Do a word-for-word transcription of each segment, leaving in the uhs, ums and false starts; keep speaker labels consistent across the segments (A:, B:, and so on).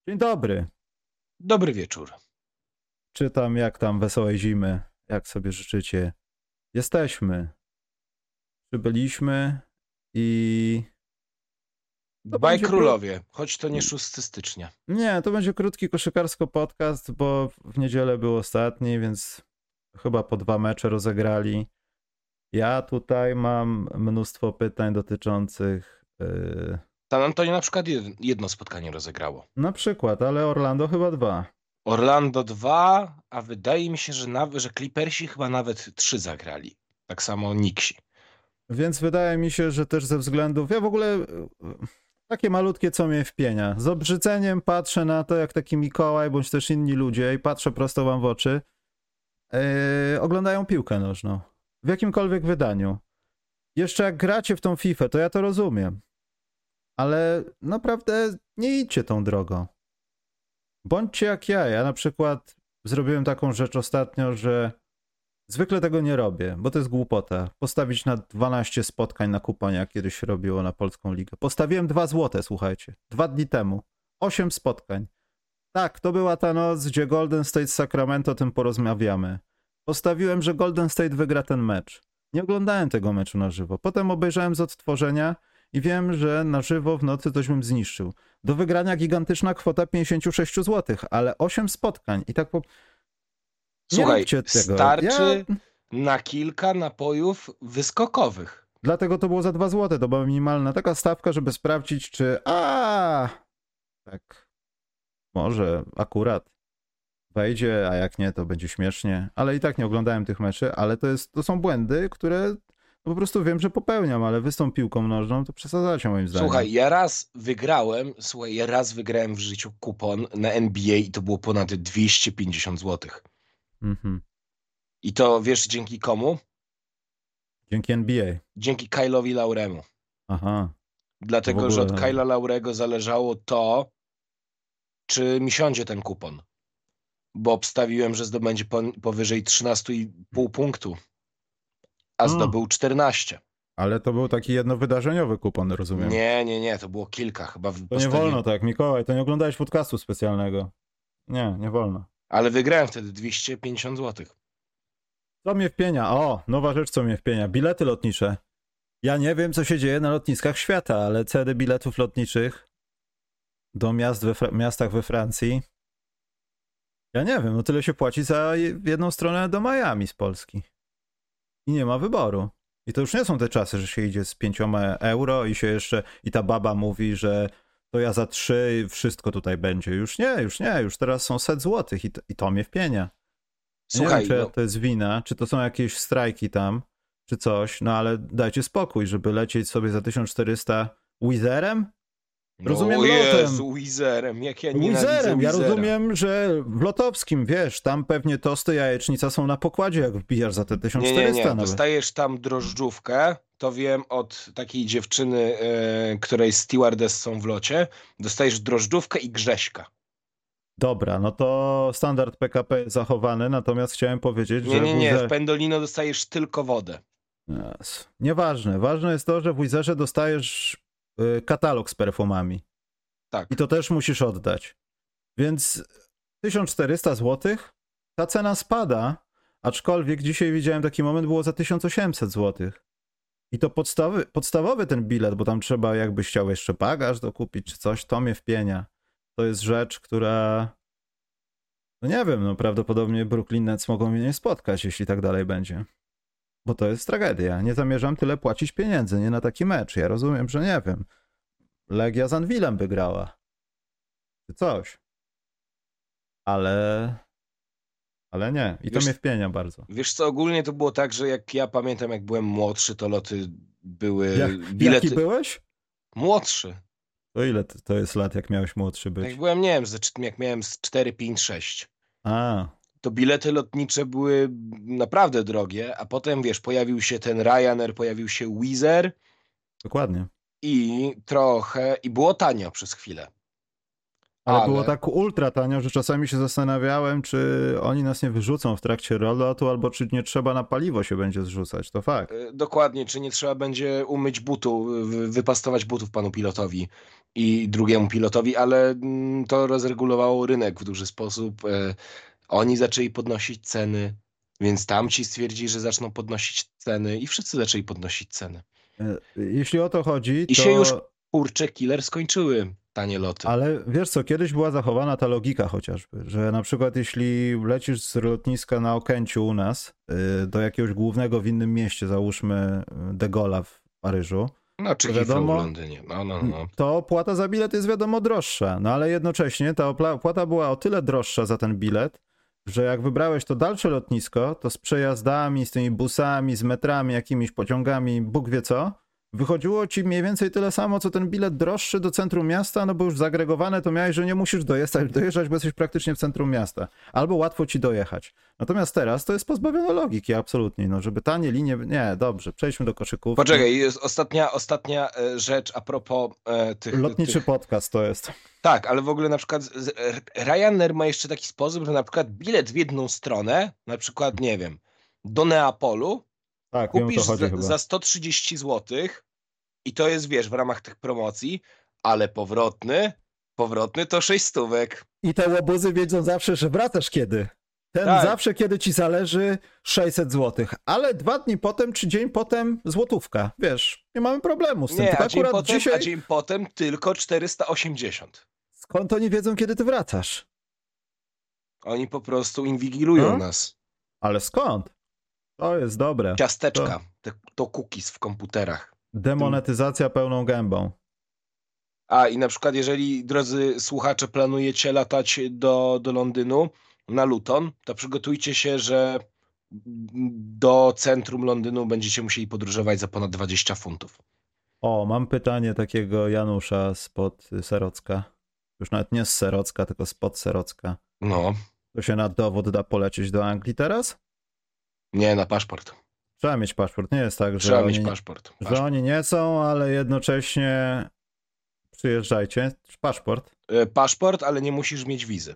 A: Dzień dobry.
B: Dobry wieczór.
A: Czytam, jak tam wesołej zimy, jak sobie życzycie. Jesteśmy. Przybyliśmy i... To
B: Dwaj
A: będzie kró...
B: królowie, choć to nie szóstego stycznia.
A: Nie, to będzie krótki koszykarsko podcast, bo w niedzielę był ostatni, więc chyba po dwa mecze rozegrali. Ja tutaj mam mnóstwo pytań dotyczących... Yy...
B: San Antonio na przykład jedno spotkanie rozegrało.
A: Na przykład, ale Orlando chyba dwa.
B: Orlando dwa, a wydaje mi się, że nawet, że Clippersi chyba nawet trzy zagrali. Tak samo Knicksi.
A: Więc wydaje mi się, że też ze względów... Ja w ogóle... Takie malutkie, co mnie wpienia. Z obrzydzeniem patrzę na to, jak taki Mikołaj, bądź też inni ludzie, i patrzę prosto wam w oczy, yy, oglądają piłkę nożną. W jakimkolwiek wydaniu. Jeszcze jak gracie w tą fifę, to ja to rozumiem. Ale naprawdę nie idźcie tą drogą. Bądźcie jak ja. Ja na przykład zrobiłem taką rzecz ostatnio, że zwykle tego nie robię, bo to jest głupota. Postawić na dwanaście spotkań na kuponie, jak kiedyś się robiło na Polską Ligę. Postawiłem dwa złote, słuchajcie. Dwa dni temu. Osiem spotkań. Tak, to była ta noc, gdzie Golden State z Sacramento, o tym porozmawiamy. Postawiłem, że Golden State wygra ten mecz. Nie oglądałem tego meczu na żywo. Potem obejrzałem z odtworzenia i wiem, że na żywo w nocy coś bym zniszczył. Do wygrania gigantyczna kwota pięćdziesiąt sześć złotych, ale osiem spotkań. I tak po...
B: Słuchaj,
A: tego.
B: starczy
A: Ja...
B: na kilka napojów wyskokowych.
A: Dlatego to było za dwa złote. To była minimalna taka stawka, żeby sprawdzić, czy a tak może akurat wejdzie, a jak nie, to będzie śmiesznie. Ale i tak nie oglądałem tych meczy, ale to, jest, to są błędy, które po prostu wiem, że popełniam, ale wy z tą piłką nożną to przesadzacie moim zdaniem.
B: Słuchaj, ja raz wygrałem, słuchaj, ja raz wygrałem w życiu kupon na N B A i to było ponad dwieście pięćdziesiąt złotych.
A: Mhm.
B: I to wiesz dzięki komu?
A: Dzięki N B A.
B: Dzięki Kyle'owi Lauremu.
A: Aha.
B: Dlatego,
A: ogóle...
B: że od Kyle'a Laurego zależało to, czy mi siądzie ten kupon. Bo obstawiłem, że zdobędzie powyżej trzynaście i pół punktu, a
A: no.
B: zdobył czternaście.
A: Ale to był taki jednowydarzeniowy kupon, rozumiem.
B: Nie, nie, nie, to było kilka chyba.
A: To postawi... nie wolno tak, Mikołaj, to nie oglądałeś podcastu specjalnego. Nie, nie wolno.
B: Ale wygrałem wtedy dwieście pięćdziesiąt złotych.
A: Co mnie wpienia? O, nowa rzecz, co mnie wpienia. Bilety lotnicze. Ja nie wiem, co się dzieje na lotniskach świata, ale ceny biletów lotniczych do miast we Fra- miastach we Francji, ja nie wiem, no tyle się płaci za jedną stronę do Miami z Polski. I nie ma wyboru. I to już nie są te czasy, że się idzie z pięcioma euro i się jeszcze, i ta baba mówi, że to ja za trzy wszystko tutaj będzie. Już nie, już nie, już teraz są set złotych i to, i to mnie wpienia.
B: Słuchaj,
A: nie wiem, czy
B: no...
A: to jest wina, czy to są jakieś strajki tam, czy coś, no ale dajcie spokój, żeby lecieć sobie za tysiąc czterysta Wizerem? Rozumiem
B: no,
A: lotem.
B: Jezu, Wizerem, jak ja nienawidzę
A: Wizerem, ja
B: Wizera.
A: rozumiem, że w lotowskim, wiesz, tam pewnie tosty, jajecznica są na pokładzie, jak wbijasz za te tysiąc czterysta.
B: Nie, nie, nie,
A: nawet.
B: dostajesz tam drożdżówkę, to wiem od takiej dziewczyny, yy, której stewardessą w locie, dostajesz drożdżówkę i grześka.
A: Dobra, no to standard P K P jest zachowany, natomiast chciałem powiedzieć,
B: nie,
A: że...
B: Nie, nie, nie,
A: Wizer...
B: w Pendolino dostajesz tylko wodę.
A: Yes. Nieważne, ważne jest to, że w Wizerze dostajesz y, katalog z perfumami.
B: Tak.
A: I to też musisz oddać. Więc tysiąc czterysta złotych, ta cena spada, aczkolwiek dzisiaj widziałem taki moment, było za tysiąc osiemset złotych. I to podstawowy, podstawowy ten bilet, bo tam trzeba, jakbyś chciał jeszcze bagaż dokupić czy coś, to mnie wpienia. To jest rzecz, która... No nie wiem, no prawdopodobnie Brooklyn Nets mogą mnie nie spotkać, jeśli tak dalej będzie. Bo to jest tragedia. Nie zamierzam tyle płacić pieniędzy, nie na taki mecz. Ja rozumiem, że nie wiem. Legia z Anwilem by grała. Czy coś. Ale... Ale nie. I to
B: wiesz,
A: mnie wpienia bardzo.
B: Wiesz co, ogólnie to było tak, że jak ja pamiętam, jak byłem młodszy, to loty były...
A: Jak,
B: bilety...
A: Jaki byłeś?
B: Młodszy.
A: To ile to jest lat, jak miałeś młodszy być?
B: Jak byłem, nie wiem, jak miałem z cztery, pięć, sześć.
A: A.
B: To bilety lotnicze były naprawdę drogie, a potem, wiesz, pojawił się ten Ryanair, pojawił się Wizz.
A: Dokładnie.
B: I trochę, i było tanio przez chwilę.
A: Ale,
B: Ale-
A: było tak ultra tanio, że czasami się zastanawiałem, czy oni nas nie wyrzucą w trakcie lotu, albo czy nie trzeba na paliwo się będzie zrzucać. To fakt.
B: Y, Dokładnie, czy nie trzeba będzie umyć butu, wy- wypastować butów panu pilotowi i drugiemu pilotowi, ale mm, to rozregulowało rynek w duży sposób. Y, Oni zaczęli podnosić ceny, więc tamci stwierdzili, że zaczną podnosić ceny i wszyscy zaczęli podnosić ceny.
A: E, Jeśli o to chodzi,
B: I
A: to...
B: się już, kurczę, killer skończyły tanie loty.
A: Ale wiesz co, kiedyś była zachowana ta logika chociażby, że na przykład jeśli lecisz z lotniska na Okęciu u nas y, do jakiegoś głównego w innym mieście, załóżmy De Gaulle'a w Paryżu,
B: No, czy
A: wiadomo-
B: Heathrow w Londynie. No, no, no.
A: to opłata za bilet jest wiadomo droższa. No ale jednocześnie ta opla- opłata była o tyle droższa za ten bilet, że jak wybrałeś to dalsze lotnisko, to z przejazdami, z tymi busami, z metrami, jakimiś pociągami, Bóg wie co, wychodziło ci mniej więcej tyle samo, co ten bilet droższy do centrum miasta, no bo już zagregowane to miałeś, że nie musisz dojeżdżać, dojeżdżać, bo jesteś praktycznie w centrum miasta. Albo łatwo ci dojechać. Natomiast teraz to jest pozbawione logiki absolutnie, no żeby tanie linie... Nie, dobrze, przejdźmy do koszykówki.
B: Poczekaj, jest ostatnia, ostatnia e, rzecz a propos e, tych...
A: Lotniczy
B: tych...
A: podcast to jest.
B: Tak, ale w ogóle na przykład z- Ryanair ma jeszcze taki sposób, że na przykład bilet w jedną stronę, na przykład, nie wiem, do Neapolu,
A: Tak, wiem o
B: kupisz
A: to chodzi
B: za,
A: chyba.
B: za sto trzydzieści złotych i to jest, wiesz, w ramach tych promocji, ale powrotny, powrotny to sześć stówek.
A: I te łobuzy wiedzą zawsze, że wracasz kiedy. Ten
B: Tak.
A: zawsze, kiedy ci zależy, sześćset złotych. Ale dwa dni potem, czy dzień potem złotówka. Wiesz, nie mamy problemu z tym.
B: Nie,
A: Tylko
B: a dzień,
A: akurat
B: potem,
A: dzisiaj...
B: a dzień potem tylko czterysta osiemdziesiąt.
A: Skąd oni wiedzą, kiedy ty wracasz?
B: Oni po prostu inwigilują
A: No.
B: nas.
A: Ale skąd? To jest dobre.
B: Ciasteczka, te, to cookies w komputerach.
A: Demonetyzacja pełną gębą.
B: A i na przykład jeżeli, drodzy słuchacze, planujecie latać do, do Londynu na Luton, to przygotujcie się, że do centrum Londynu będziecie musieli podróżować za ponad dwadzieścia funtów.
A: O, mam pytanie takiego Janusza spod Serocka. Już nawet nie z Serocka, tylko spod Serocka.
B: No,
A: To się na dowód da polecieć do Anglii teraz?
B: nie, na paszport.
A: Trzeba mieć paszport. Nie jest tak, że,
B: Trzeba mieć
A: oni,
B: paszport.
A: że
B: paszport.
A: oni nie są, ale jednocześnie przyjeżdżajcie. Paszport.
B: E, Paszport, ale nie musisz mieć wizy.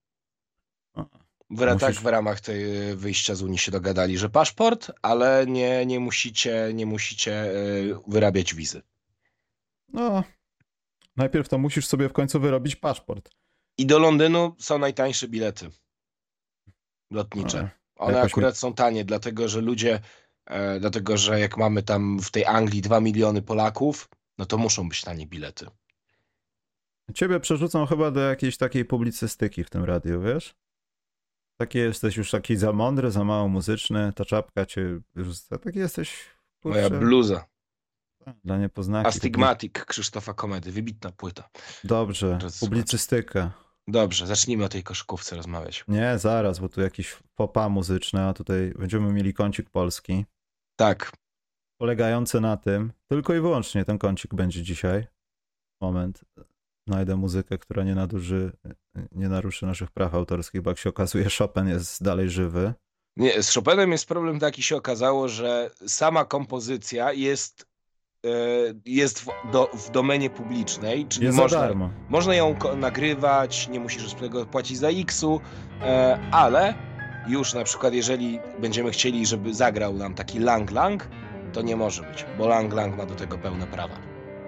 A: O,
B: W, ra- tak
A: musisz-
B: w ramach tej e, wyjścia z Unii się dogadali, że paszport, ale nie, nie musicie, nie musicie e, wyrabiać wizy.
A: No, najpierw to musisz sobie w końcu wyrobić paszport.
B: I do Londynu są najtańsze bilety lotnicze.
A: No,
B: One
A: jakoś
B: akurat są tanie, dlatego że ludzie, e, dlatego że jak mamy tam w tej Anglii dwa miliony Polaków, no to muszą być tanie bilety.
A: Ciebie przerzucą chyba do jakiejś takiej publicystyki w tym radiu, wiesz? Taki jesteś już taki za mądry, za mało muzyczny, ta czapka cię już... Taki jesteś,
B: Moja
A: kurczę,
B: bluza.
A: dla niepoznaki.
B: Astigmatic Krzysztofa Komedy, wybitna płyta.
A: Taki... Dobrze,
B: Drodzy
A: publicystyka.
B: Dobrze, zacznijmy o tej koszykówce rozmawiać.
A: Nie, zaraz, bo tu jakiś popa muzyczny, a tutaj będziemy mieli kącik polski.
B: Tak,
A: Polegający na tym, tylko i wyłącznie ten kącik będzie dzisiaj. Moment, znajdę muzykę, która nie naduży, nie naruszy naszych praw autorskich, bo jak się okazuje, Chopin jest dalej żywy.
B: nie, z Chopinem jest problem taki, się okazało, że sama kompozycja jest, e, jest w, do, w domenie publicznej, czyli
A: Jest za
B: można,
A: darmo.
B: można ją ko- nagrywać, nie musisz tego płacić za X-u, e, ale już na przykład jeżeli będziemy chcieli, żeby zagrał nam taki Lang Lang, to nie może być, bo Lang Lang ma do tego pełne prawa.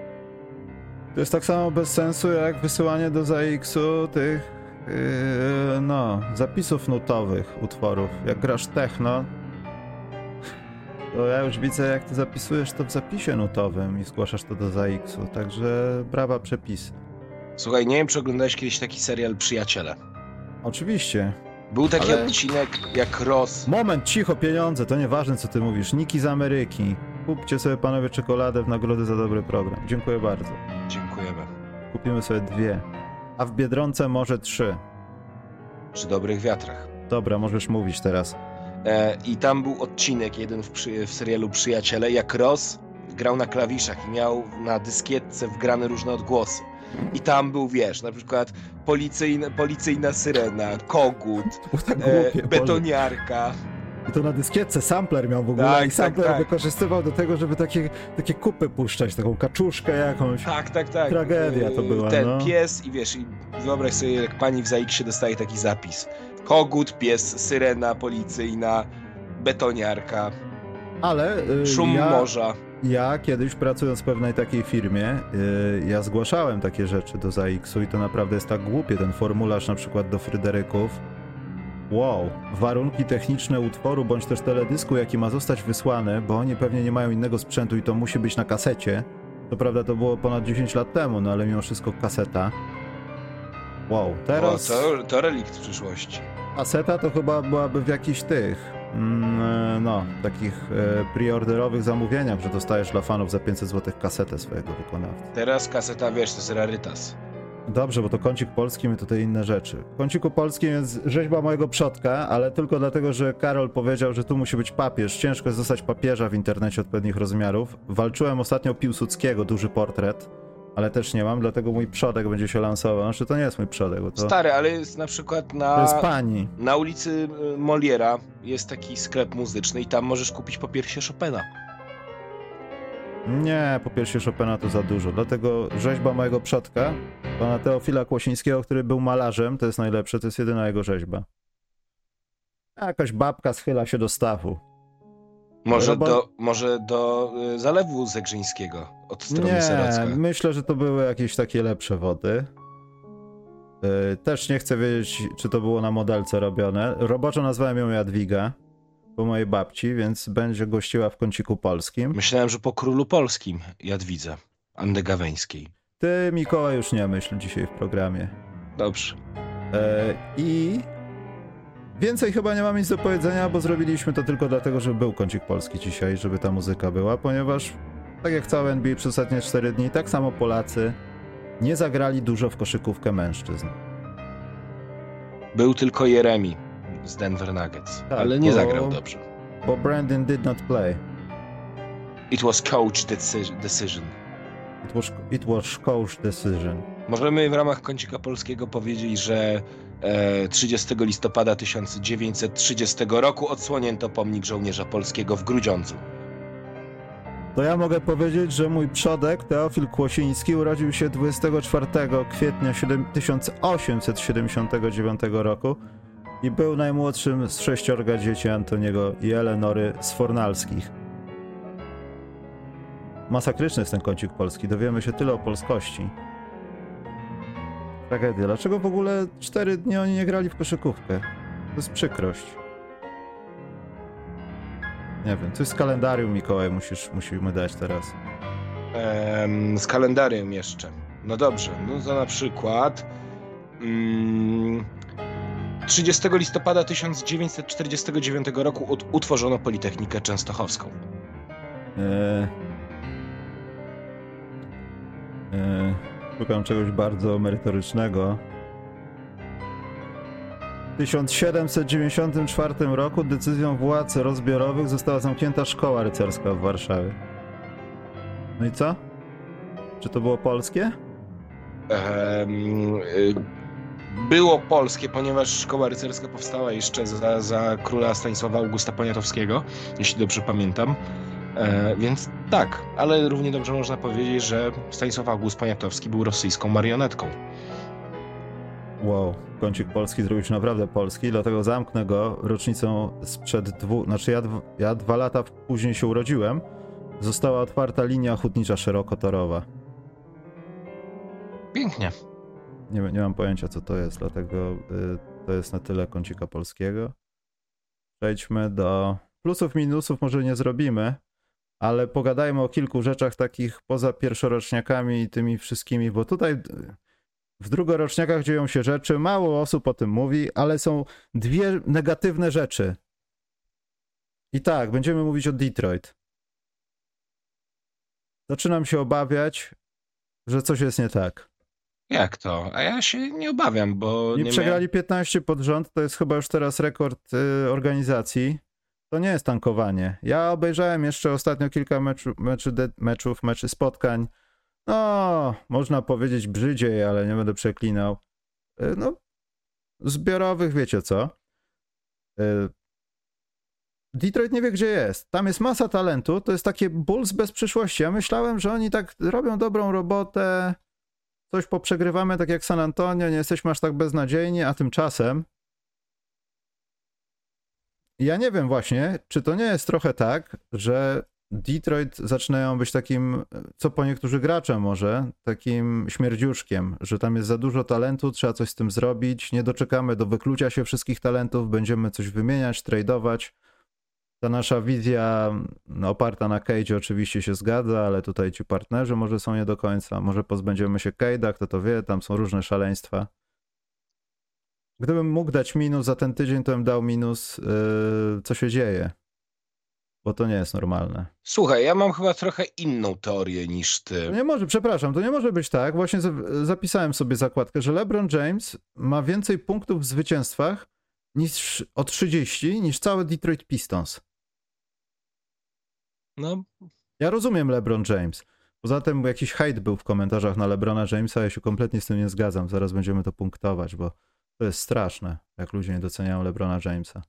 A: To jest tak samo bez sensu, jak wysyłanie do Z X u tych yy, no, zapisów nutowych utworów. Jak grasz techno, to ja już widzę, jak ty zapisujesz to w zapisie nutowym i zgłaszasz to do Z X u, także brawa przepisy.
B: Słuchaj, nie wiem, czy oglądałeś kiedyś taki serial Przyjaciele.
A: Oczywiście.
B: Był taki
A: Ale-
B: odcinek, jak Ross...
A: Moment, cicho, pieniądze, to nieważne, co ty mówisz. Niki z Ameryki. Kupcie sobie, panowie, czekoladę w nagrodę za dobry program. Dziękuję bardzo.
B: Dziękujemy.
A: Kupimy sobie dwie. A w Biedronce może trzy.
B: Przy dobrych wiatrach.
A: Dobra, możesz mówić teraz.
B: E, I tam był odcinek jeden w, przy, w serialu Przyjaciele, jak Ross grał na klawiszach i miał na dyskietce wgrane różne odgłosy. I tam był, wiesz, na przykład policyjna, policyjna syrena, kogut,
A: To było tak
B: e,
A: głupie. Boże.
B: betoniarka.
A: I to na dyskietce sampler miał w ogóle
B: Tak,
A: i sampler
B: tak, tak.
A: wykorzystywał do tego, żeby takie, takie kupy puszczać, taką kaczuszkę jakąś.
B: Tak, tak, tak.
A: Tragedia to była,
B: Ten
A: no.
B: pies i wiesz, i wyobraź sobie, jak pani w Zaiksie dostaje taki zapis. Kogut, pies, syrena policyjna, betoniarka,
A: Ale y,
B: szum
A: ja,
B: morza.
A: ja kiedyś pracując w pewnej takiej firmie, y, ja zgłaszałem takie rzeczy do Zaiksu i to naprawdę jest tak głupie, ten formularz na przykład do Fryderyków. Wow, warunki techniczne utworu bądź też teledysku, jaki ma zostać wysłany, bo oni pewnie nie mają innego sprzętu i to musi być na kasecie. To prawda, to było ponad dziesięć lat temu, no ale mimo wszystko kaseta. Wow, teraz...
B: O, to, to relikt przyszłości.
A: Kaseta to chyba byłaby w jakichś tych, mm, no, takich e, preorderowych zamówieniach, że dostajesz dla fanów za pięćset złotych kasetę swojego wykonawcy.
B: Teraz kaseta, wiesz, to jest rarytas.
A: Dobrze, bo to kącik polski, my tutaj inne rzeczy. W kąciku polskim jest rzeźba mojego przodka, ale tylko dlatego, że Karol powiedział, że tu musi być papież. Ciężko jest dostać papieża w internecie odpowiednich rozmiarów. Walczyłem ostatnio o Piłsudskiego, duży portret, ale też nie mam, dlatego mój przodek będzie się lansował. Znaczy to nie jest mój przodek, bo to,
B: Stary, ale jest na przykład na,
A: to jest pani.
B: na ulicy Moliera jest taki sklep muzyczny i tam możesz kupić po piersie Chopina.
A: Nie, po pierwsze Chopina to za dużo, dlatego rzeźba mojego przodka, pana Teofila Kłosińskiego, który był malarzem, to jest najlepsze, to jest jedyna jego rzeźba. A jakaś babka schyla się do stawu.
B: Może,
A: Robo-
B: do, może do y, zalewu zegrzyńskiego od strony
A: Nie,
B: Serocka.
A: myślę, że to były jakieś takie lepsze wody. Yy, też nie chcę wiedzieć, czy to było na modelce robione. Roboczo nazwałem ją Jadwiga, po mojej babci, więc będzie gościła w kąciku polskim.
B: Myślałem, że po królu polskim Jadwidze, Anny Gaweńskiej.
A: Ty, Mikołaj, już nie myśl dzisiaj w programie.
B: Dobrze.
A: E, I więcej chyba nie mam nic do powiedzenia, bo zrobiliśmy to tylko dlatego, żeby był kącik polski dzisiaj, żeby ta muzyka była, ponieważ tak jak cały N B A przez ostatnie cztery dni, tak samo Polacy nie zagrali dużo w koszykówkę mężczyzn.
B: Był tylko Jeremi z Denver Nuggets,
A: Tak,
B: ale nie
A: bo-
B: zagrał dobrze.
A: Bo Brandon did not play.
B: It was coach deci- decision.
A: It was, it was coach decision.
B: Możemy w ramach kącika polskiego powiedzieć, że e, trzydziestego listopada tysiąc dziewięćset trzydziestego roku odsłonięto pomnik żołnierza polskiego w Grudziądzu.
A: To ja mogę powiedzieć, że mój przodek, Teofil Kłosiński, urodził się dwudziestego czwartego kwietnia tysiąc osiemset siedemdziesiątego dziewiątego roku i był najmłodszym z sześciorga dzieci Antoniego i Elenory Sfornalskich. Masakryczny jest ten kącik polski, dowiemy się tyle o polskości. Tragedia. Dlaczego w ogóle cztery dni oni nie grali w koszykówkę? To jest przykrość. Nie wiem, coś z kalendarium, Mikołaj, musisz, musimy dać teraz.
B: Em, z kalendarium jeszcze. No dobrze, no to na przykład mm, trzydziestego listopada tysiąc dziewięćset czterdziestego dziewiątego roku ut- utworzono Politechnikę Częstochowską.
A: Eee, eee, szukam czegoś bardzo merytorycznego. W tysiąc siedemset dziewięćdziesiątym czwartym roku decyzją władz rozbiorowych została zamknięta szkoła rycerska w Warszawie. No i co? Czy to było polskie?
B: Em, y, było polskie, ponieważ szkoła rycerska powstała jeszcze za, za króla Stanisława Augusta Poniatowskiego, jeśli dobrze pamiętam. E, więc tak, ale równie dobrze można powiedzieć, że Stanisław August Poniatowski był rosyjską marionetką.
A: Wow, kącik polski zrobił się naprawdę polski, dlatego zamknę go rocznicą sprzed dwóch... Znaczy ja, dw... ja dwa lata później się urodziłem. Została otwarta linia hutnicza szerokotorowa.
B: Pięknie.
A: Nie, nie mam pojęcia, co to jest, dlatego y, to jest na tyle kącika polskiego. Przejdźmy do plusów, minusów, może nie zrobimy, ale pogadajmy o kilku rzeczach takich poza pierwszoroczniakami i tymi wszystkimi, bo tutaj y, w drugoroczniakach dzieją się rzeczy, mało osób o tym mówi, ale są dwie negatywne rzeczy. I tak, będziemy mówić o Detroit. Zaczynam się obawiać, że coś jest nie tak.
B: Jak to? A ja się nie obawiam, bo
A: I
B: nie
A: przegrali
B: miałem...
A: piętnaście pod rząd, to jest chyba już teraz rekord y, organizacji. To nie jest tankowanie. Ja obejrzałem jeszcze ostatnio kilka meczu, meczu, de, meczów, meczy spotkań. No, można powiedzieć brzydziej, ale nie będę przeklinał. Y, no, zbiorowych, wiecie co? Y, Detroit nie wie, gdzie jest. Tam jest masa talentu, to jest takie Bulls bez przyszłości. Ja myślałem, że oni tak robią dobrą robotę, coś poprzegrywamy tak jak San Antonio, nie jesteśmy aż tak beznadziejni, a tymczasem ja nie wiem właśnie, czy to nie jest trochę tak, że Detroit zaczynają być takim, co po niektórzy gracze może, takim śmierdziuszkiem, że tam jest za dużo talentu, trzeba coś z tym zrobić, nie doczekamy do wyklucia się wszystkich talentów, będziemy coś wymieniać, tradeować. Ta nasza wizja no, oparta na Cage'ie oczywiście się zgadza, ale tutaj ci partnerzy może są nie do końca, może pozbędziemy się Cade'a, kto to wie, tam są różne szaleństwa. Gdybym mógł dać minus za ten tydzień, to bym dał minus, yy, co się dzieje. Bo to nie jest normalne.
B: Słuchaj, ja mam chyba trochę inną teorię niż ty.
A: To nie może, przepraszam, to nie może być tak. Właśnie zapisałem sobie zakładkę, że LeBron James ma więcej punktów w zwycięstwach niż o trzydzieści niż całe Detroit Pistons.
B: No.
A: Ja rozumiem LeBron James. Poza tym jakiś hejt był w komentarzach na LeBrona Jamesa, ja się kompletnie z tym nie zgadzam. Zaraz będziemy to punktować, bo to jest straszne, jak ludzie nie doceniają LeBrona Jamesa.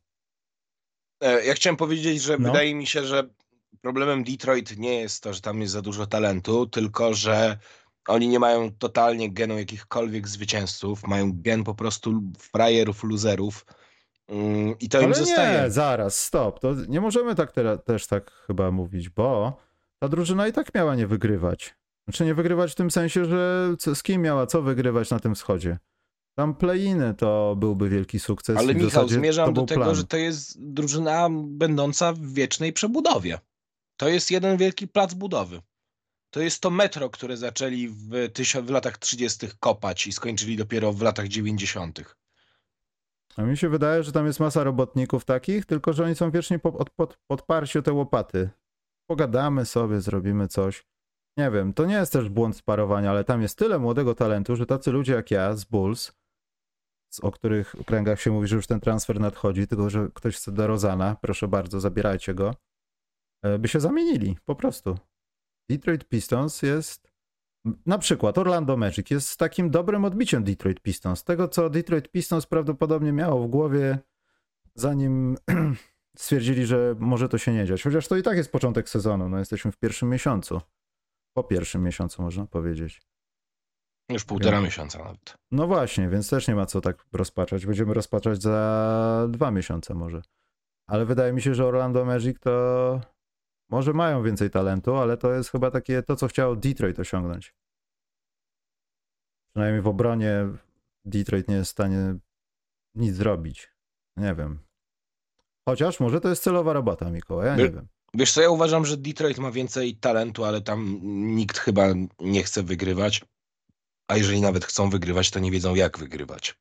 B: Ja chciałem powiedzieć, że
A: no.
B: wydaje mi się, że problemem Detroit nie jest to, że tam jest za dużo talentu, tylko że oni nie mają totalnie genu jakichkolwiek zwycięzców, mają gen po prostu frajerów, loserów i to
A: Ale
B: im zostaje.
A: nie, zaraz, stop. To nie możemy tak teraz, też tak chyba mówić, bo ta drużyna i tak miała nie wygrywać. Znaczy nie wygrywać w tym sensie, że co, z kim miała co wygrywać na tym wschodzie. Tam play-iny to byłby wielki sukces.
B: Ale
A: w
B: Michał,
A: zasadzie
B: zmierzam do tego,
A: plan.
B: że to jest drużyna będąca w wiecznej przebudowie. To jest jeden wielki plac budowy. To jest to metro, które zaczęli w, tysiąc, w latach trzydziestych kopać i skończyli dopiero w latach dziewięćdziesiątych.
A: A mi się wydaje, że tam jest masa robotników takich, tylko że oni są wiecznie pod, pod, podparci o te łopaty. Pogadamy sobie, zrobimy coś. Nie wiem, to nie jest też błąd sparowania, ale tam jest tyle młodego talentu, że tacy ludzie jak ja z Bulls, o których kręgach się mówi, że już ten transfer nadchodzi, tylko że ktoś chce do Rozana, proszę bardzo, zabierajcie go, by się zamienili, po prostu. Detroit Pistons jest, na przykład Orlando Magic jest takim dobrym odbiciem Detroit Pistons. Tego, co Detroit Pistons prawdopodobnie miało w głowie, zanim stwierdzili, że może to się nie dziać. Chociaż to i tak jest początek sezonu, no jesteśmy w pierwszym miesiącu. Po pierwszym miesiącu można powiedzieć.
B: Już półtora
A: Więc...
B: miesiąca nawet.
A: No właśnie, więc też nie ma co tak rozpaczać. Będziemy rozpaczać za dwa miesiące może. Ale wydaje mi się, że Orlando Magic to może mają więcej talentu, ale to jest chyba takie to, co chciało Detroit osiągnąć. Przynajmniej w obronie Detroit nie jest w stanie nic zrobić. Nie wiem. Chociaż może to jest celowa robota, Mikołaj, ja nie
B: By...
A: wiem.
B: Wiesz co, ja uważam, że Detroit ma więcej talentu, ale tam nikt chyba nie chce wygrywać. A jeżeli nawet chcą wygrywać, to nie wiedzą jak wygrywać.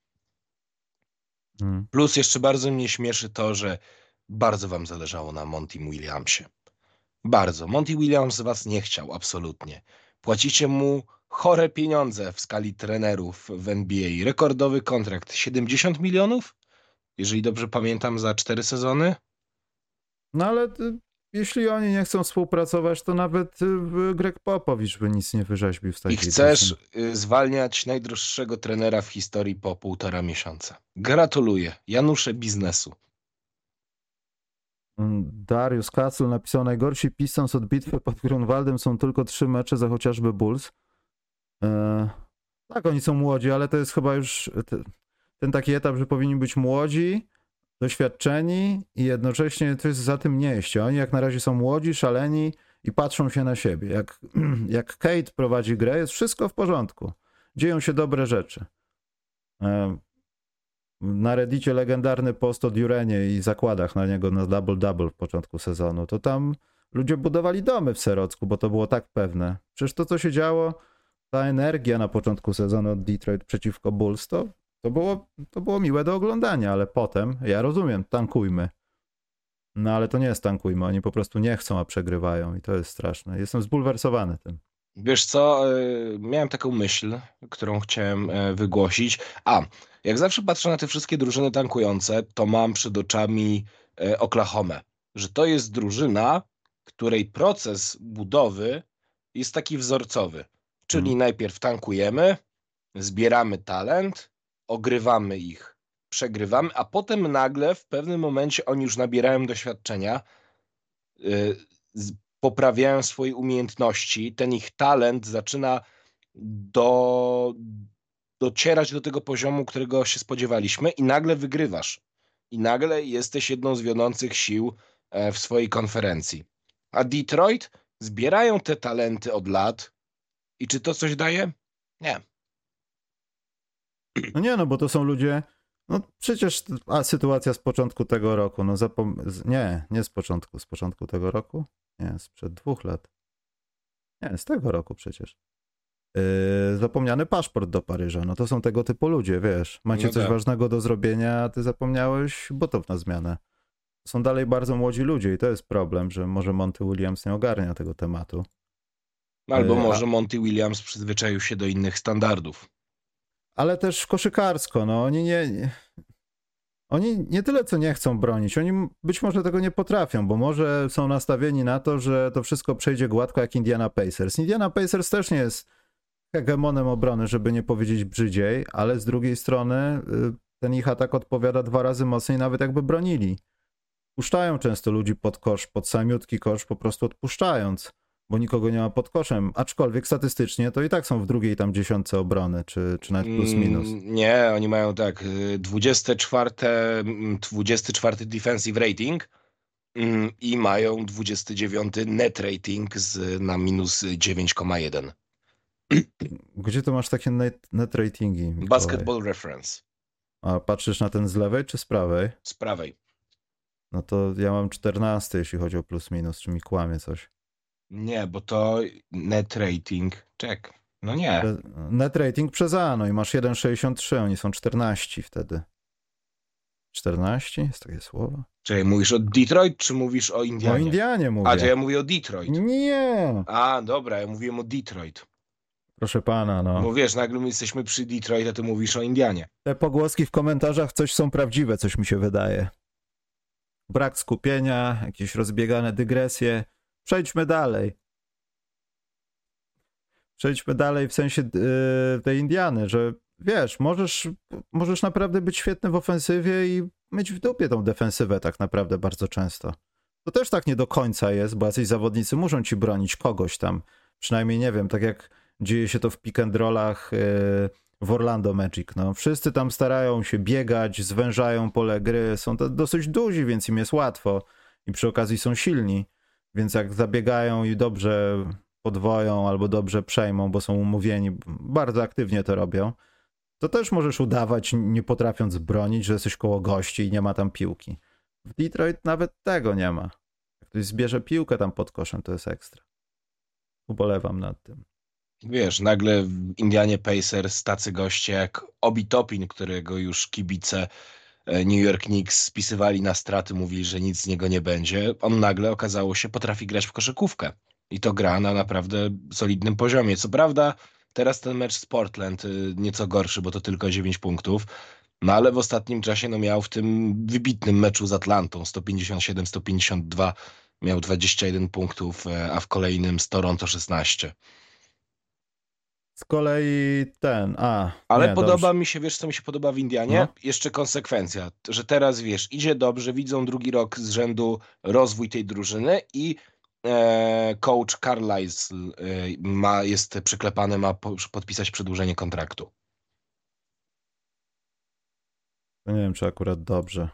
B: Hmm. Plus jeszcze bardzo mnie śmieszy to, że bardzo wam zależało na Monty Williamsie. Bardzo. Monty Williams was nie chciał, absolutnie. Płacicie mu chore pieniądze w skali trenerów w N B A. Rekordowy kontrakt. siedemdziesiąt milionów? Jeżeli dobrze pamiętam, za cztery sezony?
A: No ale jeśli oni nie chcą współpracować, to nawet Greg Popovich by nic nie wyrzeźbił z takiej.
B: I chcesz drużyny. Zwalniać najdroższego trenera w historii po półtora miesiąca. Gratuluję. Janusze biznesu.
A: Dariusz Kacel napisał: najgorsi Pistons od bitwy pod Grunwaldem są tylko trzy mecze za chociażby Bulls. Eee, tak, oni są młodzi, ale to jest chyba już te, ten taki etap, że powinni być młodzi, doświadczeni i jednocześnie to jest za tym nie iść. Oni jak na razie są młodzi, szaleni i patrzą się na siebie. Jak, jak Kate prowadzi grę, jest wszystko w porządku. Dzieją się dobre rzeczy. Eee, Na Reddicie legendarny post o Durenie i zakładach na niego na double-double w początku sezonu. To tam ludzie budowali domy w Serocku, bo to było tak pewne. Przecież to, co się działo, ta energia na początku sezonu od Detroit przeciwko Bulls, to, to, było, to było miłe do oglądania, ale potem, ja rozumiem, tankujmy. No ale to nie jest tankujmy, oni po prostu nie chcą, a przegrywają i to jest straszne. Jestem zbulwersowany tym.
B: Wiesz co, miałem taką myśl, którą chciałem wygłosić. A, jak zawsze patrzę na te wszystkie drużyny tankujące, to mam przed oczami Oklahomę. Że to jest drużyna, której proces budowy jest taki wzorcowy. Czyli hmm. najpierw tankujemy, zbieramy talent, ogrywamy ich przegrywamy, a potem nagle w pewnym momencie oni już nabierają doświadczenia, yy, z, poprawiają swoje umiejętności, ten ich talent zaczyna do, docierać do tego poziomu, którego się spodziewaliśmy i nagle wygrywasz. I nagle jesteś jedną z wiodących sił w swojej konferencji. A Detroit zbierają te talenty od lat i czy to coś daje? Nie.
A: No nie, no bo to są ludzie, no przecież a sytuacja z początku tego roku, no zapom... nie, nie z początku, z początku tego roku? Nie, sprzed dwóch lat. Nie, z tego roku przecież. Yy, zapomniany paszport do Paryża, no to są tego typu ludzie, wiesz. Macie
B: No
A: coś
B: tak.
A: ważnego do zrobienia, a ty zapomniałeś butów na zmianę. Są dalej bardzo młodzi ludzie i to jest problem, że może Monty Williams nie ogarnia tego tematu.
B: Albo
A: Yy,
B: może
A: a...
B: Monty Williams przyzwyczaił się do innych standardów.
A: Ale też koszykarsko, no oni nie, nie... Oni nie tyle co nie chcą bronić, oni być może tego nie potrafią, bo może są nastawieni na to, że to wszystko przejdzie gładko jak Indiana Pacers. Indiana Pacers też nie jest hegemonem obrony, żeby nie powiedzieć brzydziej, ale z drugiej strony ten ich atak odpowiada dwa razy mocniej, nawet jakby bronili. Puszczają często ludzi pod kosz, pod samiutki kosz, po prostu odpuszczając, bo nikogo nie ma pod koszem, aczkolwiek statystycznie to i tak są w drugiej tam dziesiątce obrony, czy, czy nawet plus minus.
B: Mm, nie, oni mają tak, dwudziesty czwarty defensive rating mm, i mają dwudziesty dziewiąty net rating z, na minus dziewięć przecinek jeden.
A: Gdzie to masz takie net, net ratingi, Mikołaj?
B: Basketball Reference.
A: A patrzysz na ten z lewej czy z prawej?
B: Z prawej.
A: No to ja mam czternasty, jeśli chodzi o plus minus, czy mi kłamie coś.
B: Nie, bo to net rating. Czek. No nie.
A: Net rating przez A, no i masz jeden przecinek sześćdziesiąt trzy, oni są czternaście wtedy. czternaście? Jest takie słowo?
B: Czyli mówisz o Detroit, czy mówisz o Indianie?
A: O Indianie mówię.
B: A, to ja mówię o Detroit.
A: Nie!
B: A, dobra, ja mówiłem o Detroit.
A: Proszę pana, no.
B: Bo wiesz, nagle my jesteśmy przy Detroit, a ty mówisz o Indianie.
A: Te pogłoski w komentarzach coś są prawdziwe, coś mi się wydaje. Brak skupienia, jakieś rozbiegane dygresje. Przejdźmy dalej. Przejdźmy dalej w sensie yy, tej Indiany, że wiesz, możesz, możesz naprawdę być świetny w ofensywie i mieć w dupie tą defensywę tak naprawdę bardzo często. To też tak nie do końca jest, bo jacyś zawodnicy muszą ci bronić kogoś tam. Przynajmniej nie wiem, tak jak dzieje się to w pick and rollach yy, w Orlando Magic. No. Wszyscy tam starają się biegać, zwężają pole gry, są to dosyć duzi, więc im jest łatwo i przy okazji są silni, więc jak zabiegają i dobrze podwoją albo dobrze przejmą, bo są umówieni, bardzo aktywnie to robią, to też możesz udawać, nie potrafiąc bronić, że jesteś koło gości i nie ma tam piłki. W Detroit nawet tego nie ma. Jak ktoś zbierze piłkę tam pod koszem, to jest ekstra. Ubolewam nad tym.
B: Wiesz, nagle w Indianie Pacers tacy goście jak Obi Toppin, którego już kibice New York Knicks spisywali na straty, mówili, że nic z niego nie będzie. On nagle, okazało się, potrafi grać w koszykówkę. I to gra na naprawdę solidnym poziomie. Co prawda teraz ten mecz z Portland nieco gorszy, bo to tylko dziewięć punktów. No ale w ostatnim czasie no, miał w tym wybitnym meczu z Atlantą sto pięćdziesiąt siedem sto pięćdziesiąt dwa miał dwadzieścia jeden punktów, a w kolejnym z Toronto szesnaście.
A: Z kolei ten, a...
B: Ale
A: nie,
B: podoba
A: dobrze.
B: mi się, wiesz co mi się podoba w Indianie?
A: No.
B: Jeszcze konsekwencja, że teraz wiesz, idzie dobrze, widzą drugi rok z rzędu rozwój tej drużyny i e, coach Carlisle e, ma, jest przyklepany, ma po, podpisać przedłużenie kontraktu.
A: To nie wiem, czy akurat dobrze.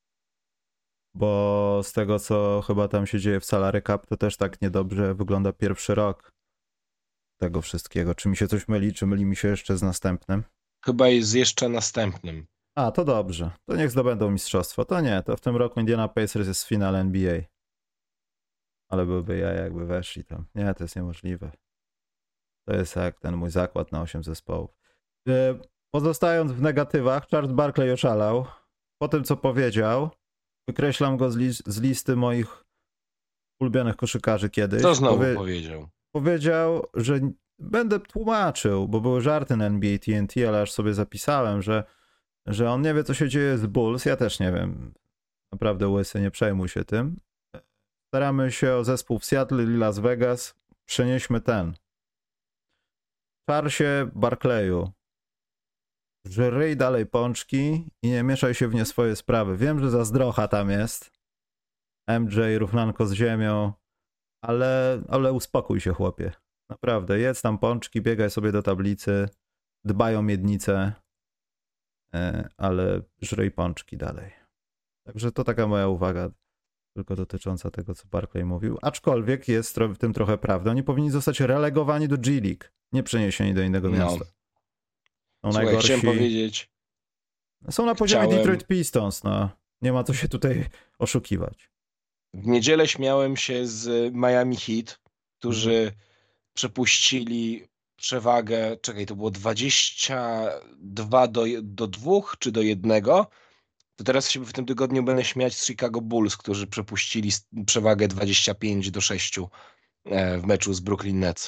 A: Bo z tego, co chyba tam się dzieje w salary cap, to też tak niedobrze wygląda pierwszy rok tego wszystkiego. Czy mi się coś myli, czy myli mi się jeszcze z następnym?
B: Chyba jest jeszcze następnym.
A: A, to dobrze. To niech zdobędą mistrzostwo. To nie, to w tym roku Indiana Pacers jest w finale N B A. Ale byłby ja, jakby weszli tam. Nie, to jest niemożliwe. To jest jak ten mój zakład na osiem zespołów. Pozostając w negatywach, Charles Barkley oszalał. Po tym, co powiedział, wykreślam go z, li z listy moich ulubionych koszykarzy kiedyś.
B: Co znowu
A: Powie
B: powiedział?
A: Powiedział, że będę tłumaczył, bo były żarty na N B A T N T, ale aż sobie zapisałem, że, że on nie wie, co się dzieje z Bulls. Ja też nie wiem. Naprawdę łysy, nie przejmuj się tym. Staramy się o zespół w Seattle i Las Vegas. Przenieśmy ten. Charlesie Barkleyu. że ryj dalej pączki i nie mieszaj się w nie swoje sprawy. Wiem, że zazdrocha tam jest. M J, równanko z ziemią, ale, ale uspokój się, chłopie. Naprawdę, jedz tam pączki, biegaj sobie do tablicy, dbaj o miednicę, ale żryj pączki dalej. Także to taka moja uwaga tylko dotycząca tego, co Barclay mówił. Aczkolwiek jest w tym trochę prawda. Oni powinni zostać relegowani do G League, nie przeniesieni do innego
B: No.
A: miasta. Są
B: Słuchaj,
A: najgorsi.
B: chciałem powiedzieć...
A: Są na poziomie
B: Chciałem...
A: Detroit Pistons, no. Nie ma co się tutaj oszukiwać. W
B: niedzielę śmiałem się z Miami Heat, którzy mhm. przepuścili przewagę, czekaj, to było dwadzieścia dwa do, do dwóch czy do jednego. To teraz się w tym tygodniu będę śmiać z Chicago Bulls, którzy przepuścili przewagę dwadzieścia pięć do sześciu w meczu z Brooklyn Nets.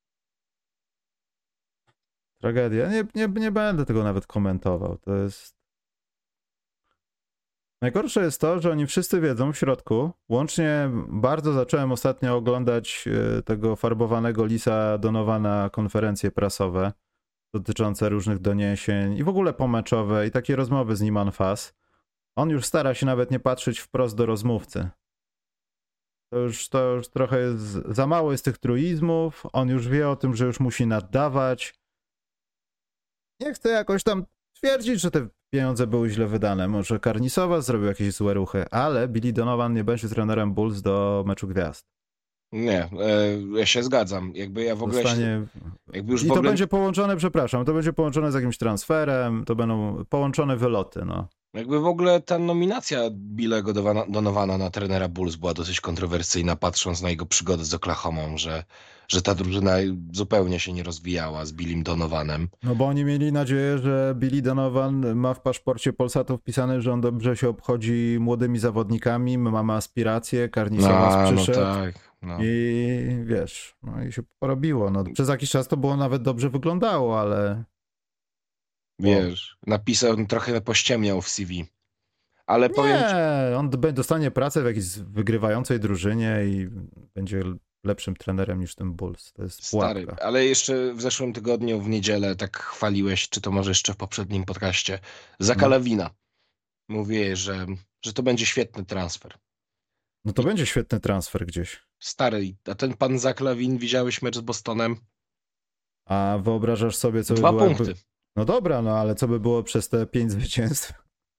A: Tragedia. Nie, nie, nie będę tego nawet komentował. To jest... Najgorsze jest to, że oni wszyscy wiedzą w środku. Łącznie bardzo zacząłem ostatnio oglądać tego farbowanego Lisa Donovana konferencje prasowe dotyczące różnych doniesień i w ogóle pomeczowe i takie rozmowy z nim en face. On już stara się nawet nie patrzeć wprost do rozmówcy. To już, to już trochę jest, za mało jest tych truizmów. On już wie o tym, że już musi naddawać. Nie chcę jakoś tam twierdzić, że te pieniądze były źle wydane. Może Karnisowa zrobił jakieś złe ruchy, ale Billy Donovan nie będzie trenerem Bulls do meczu gwiazd.
B: Nie, e, ja się zgadzam. Jakby ja w ogóle
A: Zostanie...
B: się, jakby już
A: I
B: w
A: to
B: ogóle...
A: będzie połączone, przepraszam, to będzie połączone z jakimś transferem, to będą połączone wyloty, no.
B: Jakby w ogóle ta nominacja Billego Donovana na trenera Bulls była dosyć kontrowersyjna, patrząc na jego przygodę z Oklahomą, że, że ta drużyna zupełnie się nie rozwijała z Billym Donovanem.
A: No bo oni mieli nadzieję, że Billy Donovan ma w paszporcie Polsatu wpisane, że on dobrze się obchodzi młodymi zawodnikami, ma aspiracje, Karnisowas przyszedł.
B: No tak, no.
A: I wiesz, no i się porobiło. No, przez jakiś czas to było nawet dobrze wyglądało, ale...
B: Wiesz, napisał, trochę pościemniał w C V. Ale
A: nie,
B: powiem ci...
A: on dostanie pracę w jakiejś wygrywającej drużynie i będzie lepszym trenerem niż ten Bulls. To jest
B: Stary,
A: pułapka.
B: ale jeszcze w zeszłym tygodniu, w niedzielę, tak chwaliłeś, czy to może jeszcze w poprzednim podcaście, Zaka
A: No.
B: Lawina. Mówię, że, że to będzie świetny transfer.
A: No to I... będzie świetny transfer gdzieś.
B: Stary, a ten pan Zach Lavin, widziałeś mecz z Bostonem?
A: A wyobrażasz sobie, co
B: Dwa
A: by było...
B: punkty.
A: Jakby... No dobra, no ale co by było przez te pięć zwycięstw?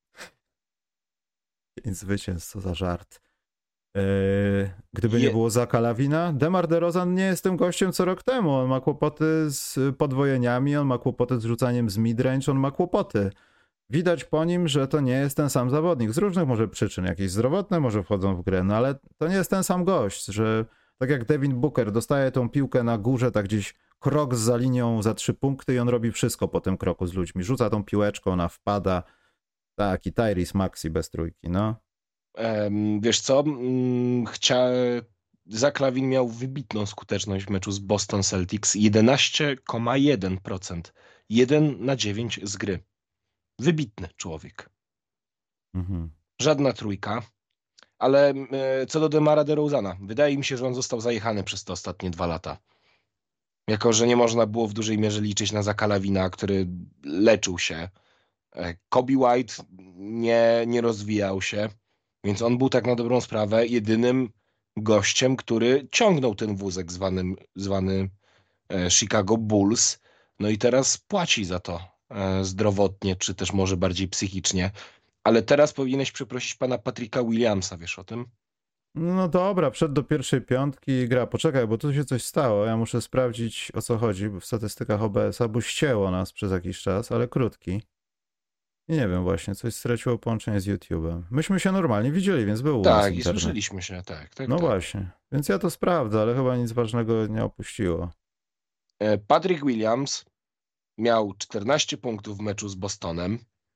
A: Pięć zwycięstw, co za żart. Yy, gdyby Je... nie było Zaka Lawina, DeMar DeRozan nie jest tym gościem co rok temu. On ma kłopoty z podwojeniami, on ma kłopoty z rzucaniem z midrange, on ma kłopoty. Widać po nim, że to nie jest ten sam zawodnik. Z różnych może przyczyn, jakieś zdrowotne może wchodzą w grę, no ale to nie jest ten sam gość, że tak jak Devin Booker dostaje tą piłkę na górze, tak gdzieś krok za linią za trzy punkty i on robi wszystko po tym kroku z ludźmi. Rzuca tą piłeczką, ona wpada. Tak, i Tyrese Maxey bez trójki, no.
B: Um, wiesz co? Um, chcia... Zach Lavin miał wybitną skuteczność w meczu z Boston Celtics. jedenaście przecinek jeden procent. jeden na dziewięć z gry. Wybitny człowiek.
A: Mhm.
B: Żadna trójka. Ale e, co do DeMara DeRozana, wydaje mi się, że on został zajechany przez te ostatnie dwa lata. Jako, że nie można było w dużej mierze liczyć na Zaka Lavina, który leczył się. E, Kobe White nie, nie rozwijał się, więc on był tak na dobrą sprawę jedynym gościem, który ciągnął ten wózek zwany, zwany e, Chicago Bulls. No i teraz płaci za to e, zdrowotnie, czy też może bardziej psychicznie. Ale teraz powinieneś przeprosić pana Patricka Williamsa, wiesz o tym?
A: No dobra, przed do pierwszej piątki i gra. Poczekaj, bo tu się coś stało. Ja muszę sprawdzić, o co chodzi w statystykach O B S a, bo ścięło nas przez jakiś czas, ale krótki. I nie wiem właśnie, coś straciło połączenie z YouTube'em. Myśmy się normalnie widzieli, więc był u nas
B: Tak, i
A: internet.
B: słyszeliśmy się, tak. tak
A: no
B: tak.
A: właśnie, więc ja to sprawdzę, ale chyba nic ważnego nie opuściło.
B: Patrick Williams miał czternaście punktów w meczu z Bostonem.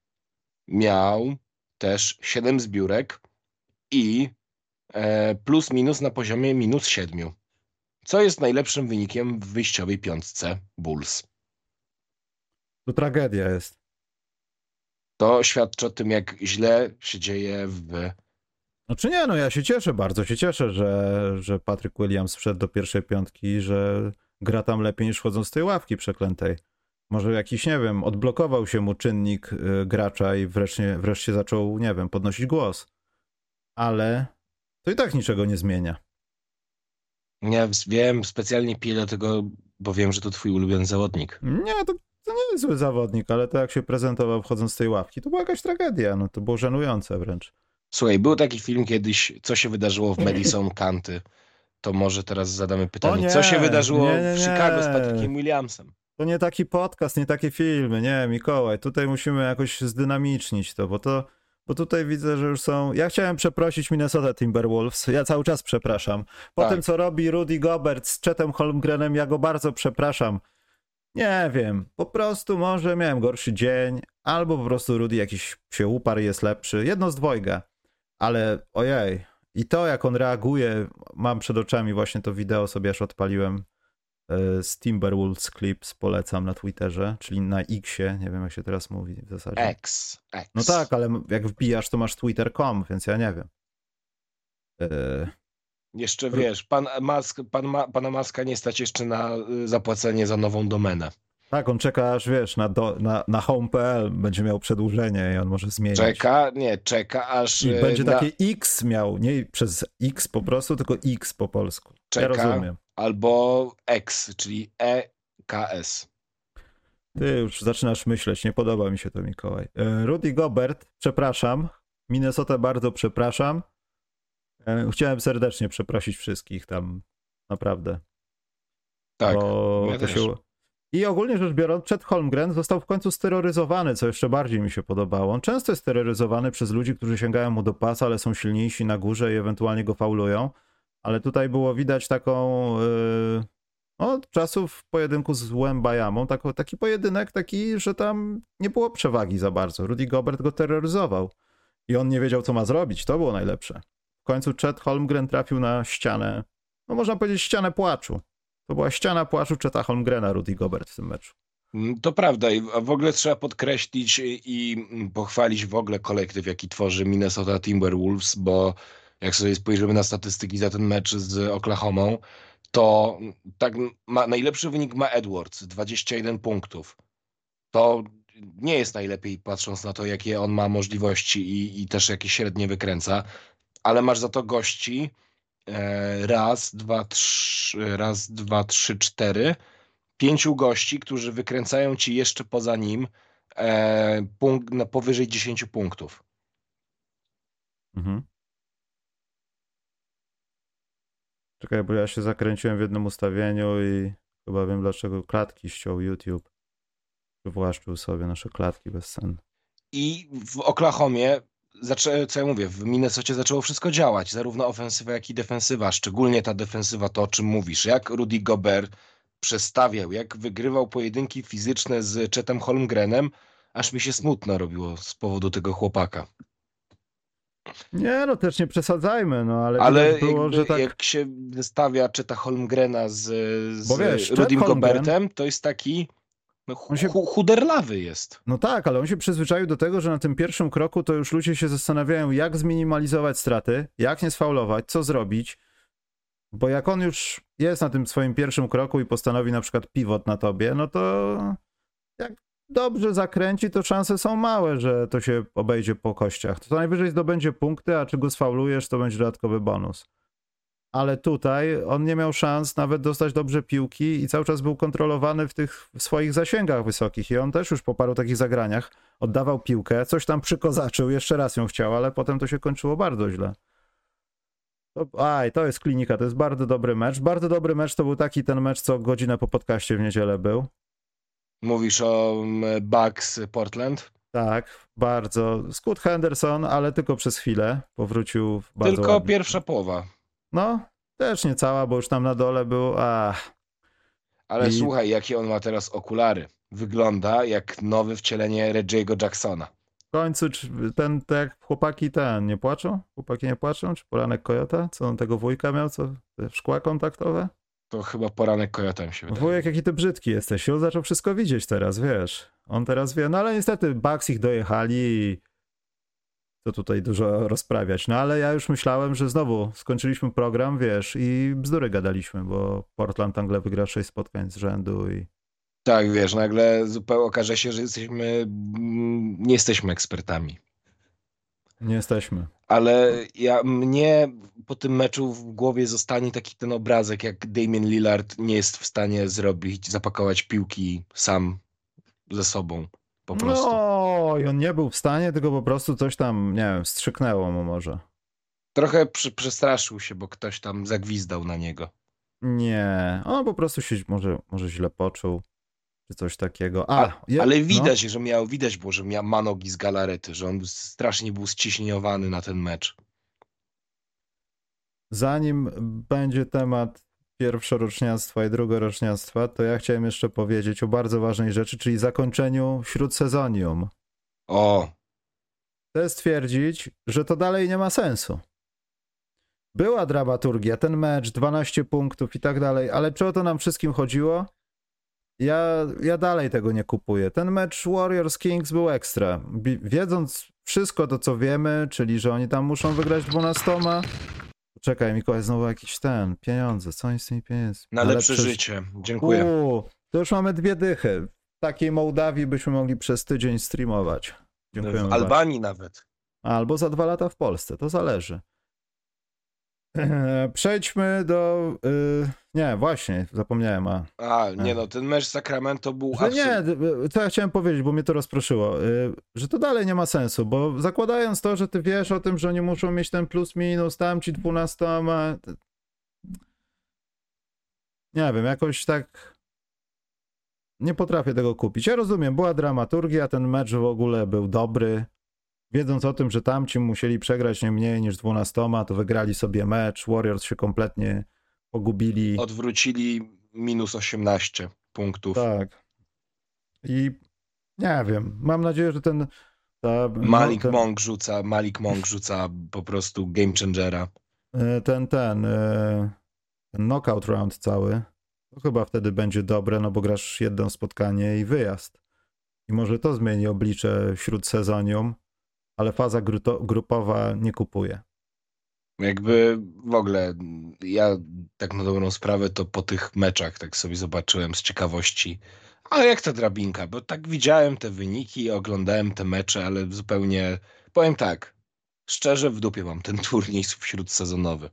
B: Miał też siedem zbiórek i plus minus na poziomie minus siedmiu. Co jest najlepszym wynikiem w wyjściowej piątce Bulls.
A: To tragedia jest.
B: To świadczy o tym, jak źle się dzieje w...
A: Znaczy nie, no ja się cieszę, bardzo się cieszę, że, że Patrick Williams wszedł do pierwszej piątki, że gra tam lepiej niż wchodząc z tej ławki przeklętej. Może jakiś, nie wiem, odblokował się mu czynnik y, gracza i wreszcie, wreszcie zaczął, nie wiem, podnosić głos. Ale to i tak niczego nie zmienia.
B: Nie wiem, specjalnie piję dlatego, bo wiem, że to twój ulubiony zawodnik.
A: Nie, to, to nie jest zły zawodnik, ale to jak się prezentował wchodząc z tej ławki, to była jakaś tragedia, no to było żenujące wręcz.
B: Słuchaj, był taki film kiedyś, co się wydarzyło w Madison County. To może teraz zadamy pytanie,
A: nie,
B: co się wydarzyło
A: nie, nie,
B: w
A: nie.
B: Chicago z Patrickiem Williamsem?
A: To nie taki podcast, nie takie filmy, nie, Mikołaj, tutaj musimy jakoś zdynamicznić to, bo to, bo tutaj widzę, że już są, ja chciałem przeprosić Minnesota Timberwolves, ja cały czas przepraszam. Po
B: Tak.
A: tym, co robi Rudy Gobert z Chetem Holmgrenem, ja go bardzo przepraszam. Nie wiem, po prostu może miałem gorszy dzień, albo po prostu Rudy jakiś się uparł i jest lepszy, jedno z dwojga, ale ojej, i to jak on reaguje, mam przed oczami właśnie to wideo, sobie aż odpaliłem, z Timberwolves Clips, polecam na Twitterze, czyli na Xie, nie wiem jak się teraz mówi w zasadzie.
B: X, X.
A: No tak, ale jak wbijasz, to masz twitter kropka com, więc ja nie wiem. Yy...
B: Jeszcze wiesz, pan Musk, pan Ma, pana Muska nie stać jeszcze na zapłacenie za nową domenę.
A: Tak, on czeka aż, wiesz, na, do, na, na home kropka p l będzie miał przedłużenie i on może zmienić.
B: Czeka, nie, czeka aż...
A: I będzie
B: na...
A: takie X miał, nie przez X po prostu, tylko X po polsku.
B: Czeka,
A: ja rozumiem.
B: Albo X, czyli E K S.
A: Ty już zaczynasz myśleć, nie podoba mi się to, Mikołaj. Rudy Gobert, przepraszam. Minnesota bardzo przepraszam. Chciałem serdecznie przeprosić wszystkich tam, naprawdę.
B: Tak,
A: bo
B: ja
A: to
B: też.
A: się... I ogólnie rzecz biorąc, Chet Holmgren został w końcu steroryzowany, co jeszcze bardziej mi się podobało. On często jest steroryzowany przez ludzi, którzy sięgają mu do pasa, ale są silniejsi na górze i ewentualnie go faulują. Ale tutaj było widać taką... Yy... od czasów pojedynku z Wembayamą, taki, taki pojedynek taki, że tam nie było przewagi za bardzo. Rudy Gobert go terroryzował i on nie wiedział, co ma zrobić. To było najlepsze. W końcu Chet Holmgren trafił na ścianę, no można powiedzieć ścianę płaczu. To była ściana płaczu Cheta Holmgrena, Rudy Gobert w tym meczu.
B: To prawda i w ogóle trzeba podkreślić i pochwalić w ogóle kolektyw, jaki tworzy Minnesota Timberwolves, bo jak sobie spojrzymy na statystyki za ten mecz z Oklahomą, to tak ma, najlepszy wynik ma Edwards, dwadzieścia jeden punktów. To nie jest najlepiej, patrząc na to, jakie on ma możliwości i, i też jakie średnie wykręca, ale masz za to gości e, raz, dwa, trzy, raz, dwa, trzy, cztery, pięciu gości, którzy wykręcają ci jeszcze poza nim e, punkt, na powyżej dziesięciu punktów.
A: Mhm. Czekaj, bo ja się zakręciłem w jednym ustawieniu i chyba wiem, dlaczego klatki ściął YouTube. Wywłaszczył sobie nasze klatki bez sen.
B: I w Oklahomie, zaczę, co ja mówię, w Minnesocie zaczęło wszystko działać, zarówno ofensywa, jak i defensywa, szczególnie ta defensywa, to o czym mówisz, jak Rudy Gobert przestawiał, jak wygrywał pojedynki fizyczne z Chetem Holmgrenem, aż mi się smutno robiło z powodu tego chłopaka.
A: Nie, no też nie przesadzajmy, no ale,
B: ale
A: widać było,
B: jakby,
A: że tak...
B: jak się wystawia Cheta Holmgrena z, z
A: Bo wiesz,
B: Rudym
A: Chet Holmgren-
B: Gobertem, to jest taki no, hu,
A: On się-
B: hu, chuderlawy jest.
A: No tak, ale on się przyzwyczaił do tego, że na tym pierwszym kroku to już ludzie się zastanawiają, jak zminimalizować straty, jak nie sfaulować, co zrobić, bo jak on już jest na tym swoim pierwszym kroku i postanowi na przykład pivot na tobie, no to jak dobrze zakręci, to szanse są małe, że to się obejdzie po kościach. To najwyżej zdobędzie punkty, a czy go sfaulujesz, to będzie dodatkowy bonus. Ale tutaj on nie miał szans nawet dostać dobrze piłki i cały czas był kontrolowany w tych swoich zasięgach wysokich i on też już po paru takich zagraniach oddawał piłkę, coś tam przykozaczył, jeszcze raz ją chciał, ale potem to się kończyło bardzo źle. To, aj, to jest klinika, to jest bardzo dobry mecz. Bardzo dobry mecz to był taki ten mecz, co godzinę po podcaście w niedzielę był.
B: Mówisz o Bucks Portland?
A: Tak, bardzo. Scoot Henderson, ale tylko przez chwilę. Powrócił bardzo
B: Tylko
A: ładnie.
B: pierwsza połowa.
A: No, też nie cała, bo już tam na dole był, ach.
B: Ale
A: I-
B: słuchaj, jakie on ma teraz okulary. Wygląda jak nowe wcielenie Reggie'ego Jacksona.
A: W końcu czy ten, tak chłopaki ten, nie płaczą? Chłopaki nie płaczą? Czy poranek Kojota? Co on tego wujka miał? Co? Te szkła kontaktowe?
B: To chyba poranek Kojotem się wydaje.
A: Wujek, jaki ty brzydki jesteś. On zaczął wszystko widzieć teraz, wiesz. On teraz wie, no ale niestety Bucks ich dojechali i co tutaj dużo rozprawiać. No ale ja już myślałem, że znowu skończyliśmy program, wiesz, i bzdury gadaliśmy, bo Portland nagle wygra sześć spotkań z rzędu i
B: Tak, wiesz, nagle zupełnie okaże się, że jesteśmy, mm, nie jesteśmy ekspertami.
A: Nie jesteśmy.
B: Ale ja, mnie po tym meczu w głowie zostanie taki ten obrazek, jak Damian Lillard nie jest w stanie zrobić, zapakować piłki sam ze sobą. Po prostu.
A: No, i on nie był w stanie, tylko po prostu coś tam, nie wiem, wstrzyknęło mu może.
B: Trochę przy, przestraszył się, bo ktoś tam zagwizdał na niego.
A: Nie, on po prostu się może, może źle poczuł, czy coś takiego.
B: A,
A: A, je,
B: ale
A: no,
B: widać, że miał, widać było, że miał ma nogi z galarety, że on strasznie był ściśnieniowany na ten mecz.
A: zanim będzie temat pierwszoroczniactwa i drugoroczniactwa, to ja chciałem jeszcze powiedzieć o bardzo ważnej rzeczy, czyli zakończeniu śródsezonium.
B: O,
A: Chcę stwierdzić, że to dalej nie ma sensu. Była dramaturgia, ten mecz, dwanaście punktów i tak dalej, ale czy o to nam wszystkim chodziło? Ja, ja dalej tego nie kupuję. Ten mecz Warriors Kings był ekstra. Bi- Wiedząc wszystko to, co wiemy, czyli że oni tam muszą wygrać dwunastoma. Czekaj, Mikołaj, znowu jakiś ten, pieniądze, co oni z tymi pieniędzmi?
B: na lepsze życie. Dziękuję.
A: Uuu, to już mamy dwie dychy. W takiej Mołdawii byśmy mogli przez tydzień streamować. Dziękujemy
B: W
A: bardzo.
B: Albanii nawet.
A: Albo za dwa lata w Polsce, to zależy. Przejdźmy do... Yy, nie, właśnie, zapomniałem. A,
B: A, nie no, ten mecz Sacramento był
A: że nie,
B: absolutnie...
A: co ja chciałem powiedzieć, bo mnie to rozproszyło, yy, że to dalej nie ma sensu, bo zakładając to, że ty wiesz o tym, że oni muszą mieć ten plus minus, tam ci dwunastoma... Nie wiem, jakoś tak... Nie potrafię tego kupić. Ja rozumiem, była dramaturgia, ten mecz w ogóle był dobry. Wiedząc o tym, że tamci musieli przegrać nie mniej niż dwunastoma, to wygrali sobie mecz. Warriors się kompletnie pogubili.
B: Odwrócili minus osiemnaście punktów.
A: Tak. I nie wiem, mam nadzieję, że ten... Ta,
B: Malik
A: no, ten,
B: Monk rzuca, Malik Monk rzuca po prostu game changera.
A: ten, ten, ten knockout round cały, to chyba wtedy będzie dobre, no bo grasz jedno spotkanie i wyjazd. I może to zmieni oblicze śródsezonium, ale faza gruto, grupowa nie kupuje.
B: Jakby w ogóle ja tak na dobrą sprawę to po tych meczach tak sobie zobaczyłem z ciekawości. Ale jak ta drabinka? Bo tak widziałem te wyniki, oglądałem te mecze, ale zupełnie powiem tak, szczerze w dupie mam ten turniej wśródsezonowy.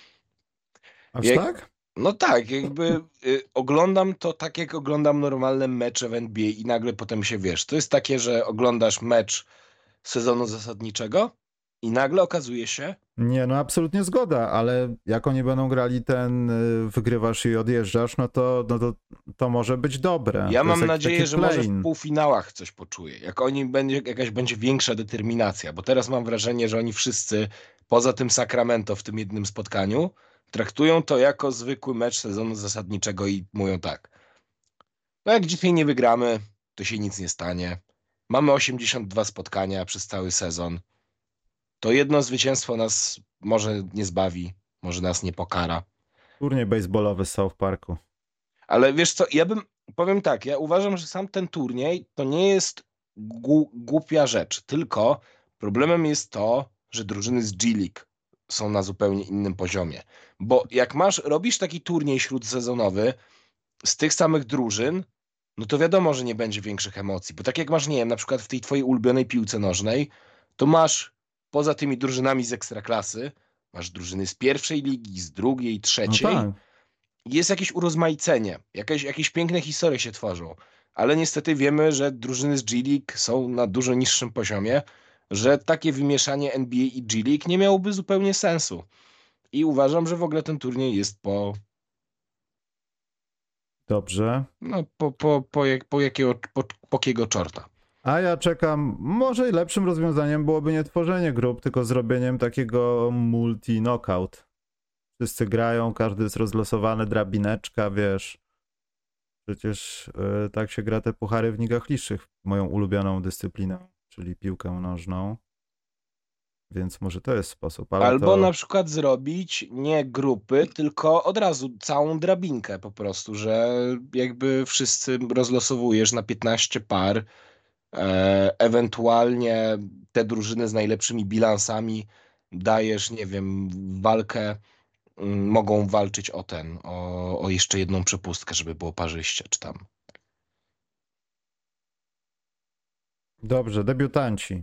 A: Aż
B: Jak,
A: tak?
B: no tak, jakby y, oglądam to tak, jak oglądam normalne mecze w N B A i nagle potem się wiesz. To jest takie, że oglądasz mecz sezonu zasadniczego i nagle okazuje się,
A: Nie, no absolutnie zgoda, ale jak oni będą grali ten y, wygrywasz i odjeżdżasz, no to, no to, to może być dobre.
B: ja
A: To
B: mam
A: jest jak-
B: nadzieję,
A: taki
B: że może w
A: play-in.
B: półfinałach coś poczuję. Jak oni będzie, jakaś będzie większa determinacja, bo teraz mam wrażenie, że oni wszyscy, poza tym Sacramento w tym jednym spotkaniu, traktują to jako zwykły mecz sezonu zasadniczego i mówią tak. No jak dzisiaj nie wygramy, to się nic nie stanie. Mamy osiemdziesiąt dwa spotkania przez cały sezon. To jedno zwycięstwo nas może nie zbawi, może nas nie pokara.
A: Turniej baseballowy z South Parku.
B: Ale wiesz co, ja bym, powiem tak, ja uważam, że sam ten turniej to nie jest gu- głupia rzecz, tylko problemem jest to, że drużyny z G League są na zupełnie innym poziomie. Bo jak masz, robisz taki turniej śródsezonowy z tych samych drużyn, no to wiadomo, że nie będzie większych emocji. Bo tak jak masz, nie wiem, na przykład w tej twojej ulubionej piłce nożnej, to masz poza tymi drużynami z ekstraklasy, masz drużyny z pierwszej ligi, z drugiej,
A: No
B: trzeciej,
A: tak.
B: jest jakieś urozmaicenie, jakieś, jakieś piękne historie się tworzą, ale niestety wiemy, że drużyny z G League są na dużo niższym poziomie, że takie wymieszanie N B A i G League nie miałoby zupełnie sensu. I uważam, że w ogóle ten turniej jest po,
A: Dobrze.
B: no, po, po, po, jak, po jakiego, po, po kiego czorta.
A: A ja czekam, może i lepszym rozwiązaniem byłoby nie tworzenie grup, tylko zrobieniem takiego multi-knockout. Wszyscy grają, każdy jest rozlosowany, drabineczka, wiesz. Przecież y, tak się gra te puchary w ligach niższych, moją ulubioną dyscypliną, czyli piłkę nożną. Więc może to jest sposób, ale
B: Albo
A: to...
B: na przykład zrobić nie grupy, tylko od razu całą drabinkę po prostu, że jakby wszyscy rozlosowujesz na piętnaście par, e, ewentualnie te drużyny z najlepszymi bilansami dajesz, nie wiem, walkę, mm, mogą walczyć o ten, o, o jeszcze jedną przepustkę, żeby było parzyście, czy tam.
A: Dobrze, debiutanci.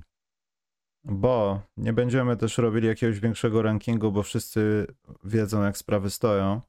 A: Bo nie będziemy też robili jakiegoś większego rankingu, bo wszyscy wiedzą, jak sprawy stoją.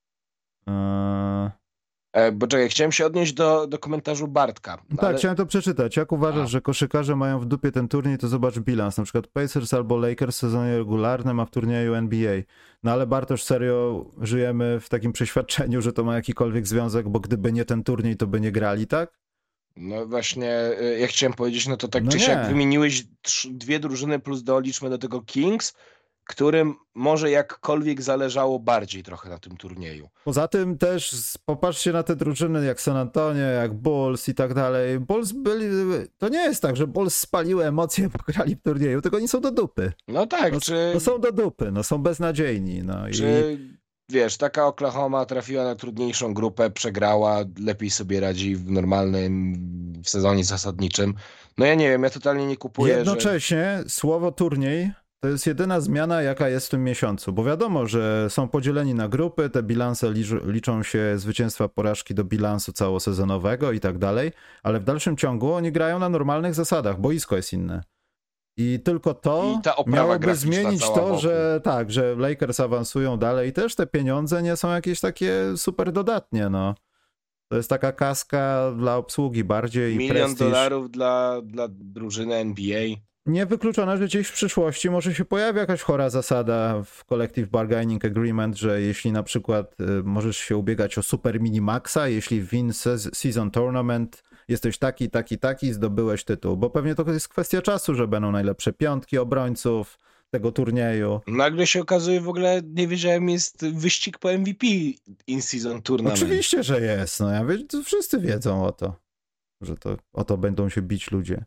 A: Eee...
B: E, bo czekaj, chciałem się odnieść do, do komentarzu Bartka.
A: Tak, ale... chciałem to przeczytać. Jak uważasz,
B: A.
A: że koszykarze mają w dupie ten turniej, to zobacz bilans. Na przykład Pacers albo Lakers w sezonie regularnym, a w turnieju N B A. No ale Bartosz, serio żyjemy w takim przeświadczeniu, że to ma jakikolwiek związek, bo gdyby nie ten turniej, to by nie grali, tak?
B: No właśnie, jak chciałem powiedzieć, no to tak
A: no
B: czy
A: nie.
B: siak wymieniłeś trz- dwie drużyny plus doliczmy do tego Kings, którym może jakkolwiek zależało bardziej trochę na tym turnieju.
A: Poza tym też popatrzcie na te drużyny jak San Antonio, jak Bulls i tak dalej. Bulls byli, to nie jest tak, że Bulls spaliły emocje, bo grali w turnieju, tylko oni są do dupy.
B: No tak,
A: no,
B: czy...
A: No są do dupy, no są beznadziejni. No
B: czy,
A: i...
B: wiesz, taka Oklahoma trafiła na trudniejszą grupę, przegrała, lepiej sobie radzi w normalnym, w sezonie zasadniczym. No ja nie wiem, ja totalnie nie kupuję,
A: Jednocześnie że... słowo turniej to jest jedyna zmiana, jaka jest w tym miesiącu, bo wiadomo, że są podzieleni na grupy, te bilanse liczą się zwycięstwa, porażki do bilansu całosezonowego i tak dalej, ale w dalszym ciągu oni grają na normalnych zasadach, boisko jest inne. I tylko to
B: I
A: miałoby zmienić to,
B: wokół.
A: że tak, że Lakers awansują dalej i też te pieniądze nie są jakieś takie super dodatnie, no. To jest taka kaska dla obsługi bardziej.
B: Milion
A: i prestiż.
B: dolarów dla, dla drużyny N B A.
A: Niewykluczone, że gdzieś w przyszłości może się pojawi jakaś chora zasada w Collective Bargaining Agreement, że jeśli na przykład y, możesz się ubiegać o super minimaxa, jeśli win season tournament jesteś taki, taki, taki, zdobyłeś tytuł, bo pewnie to jest kwestia czasu, że będą najlepsze piątki obrońców tego turnieju.
B: Nagle się okazuje, w ogóle nie wiedziałem, jest wyścig po M V P in-season tournament.
A: Oczywiście, że jest. No ja wiem, wszyscy wiedzą o to, że to, o to będą się bić ludzie.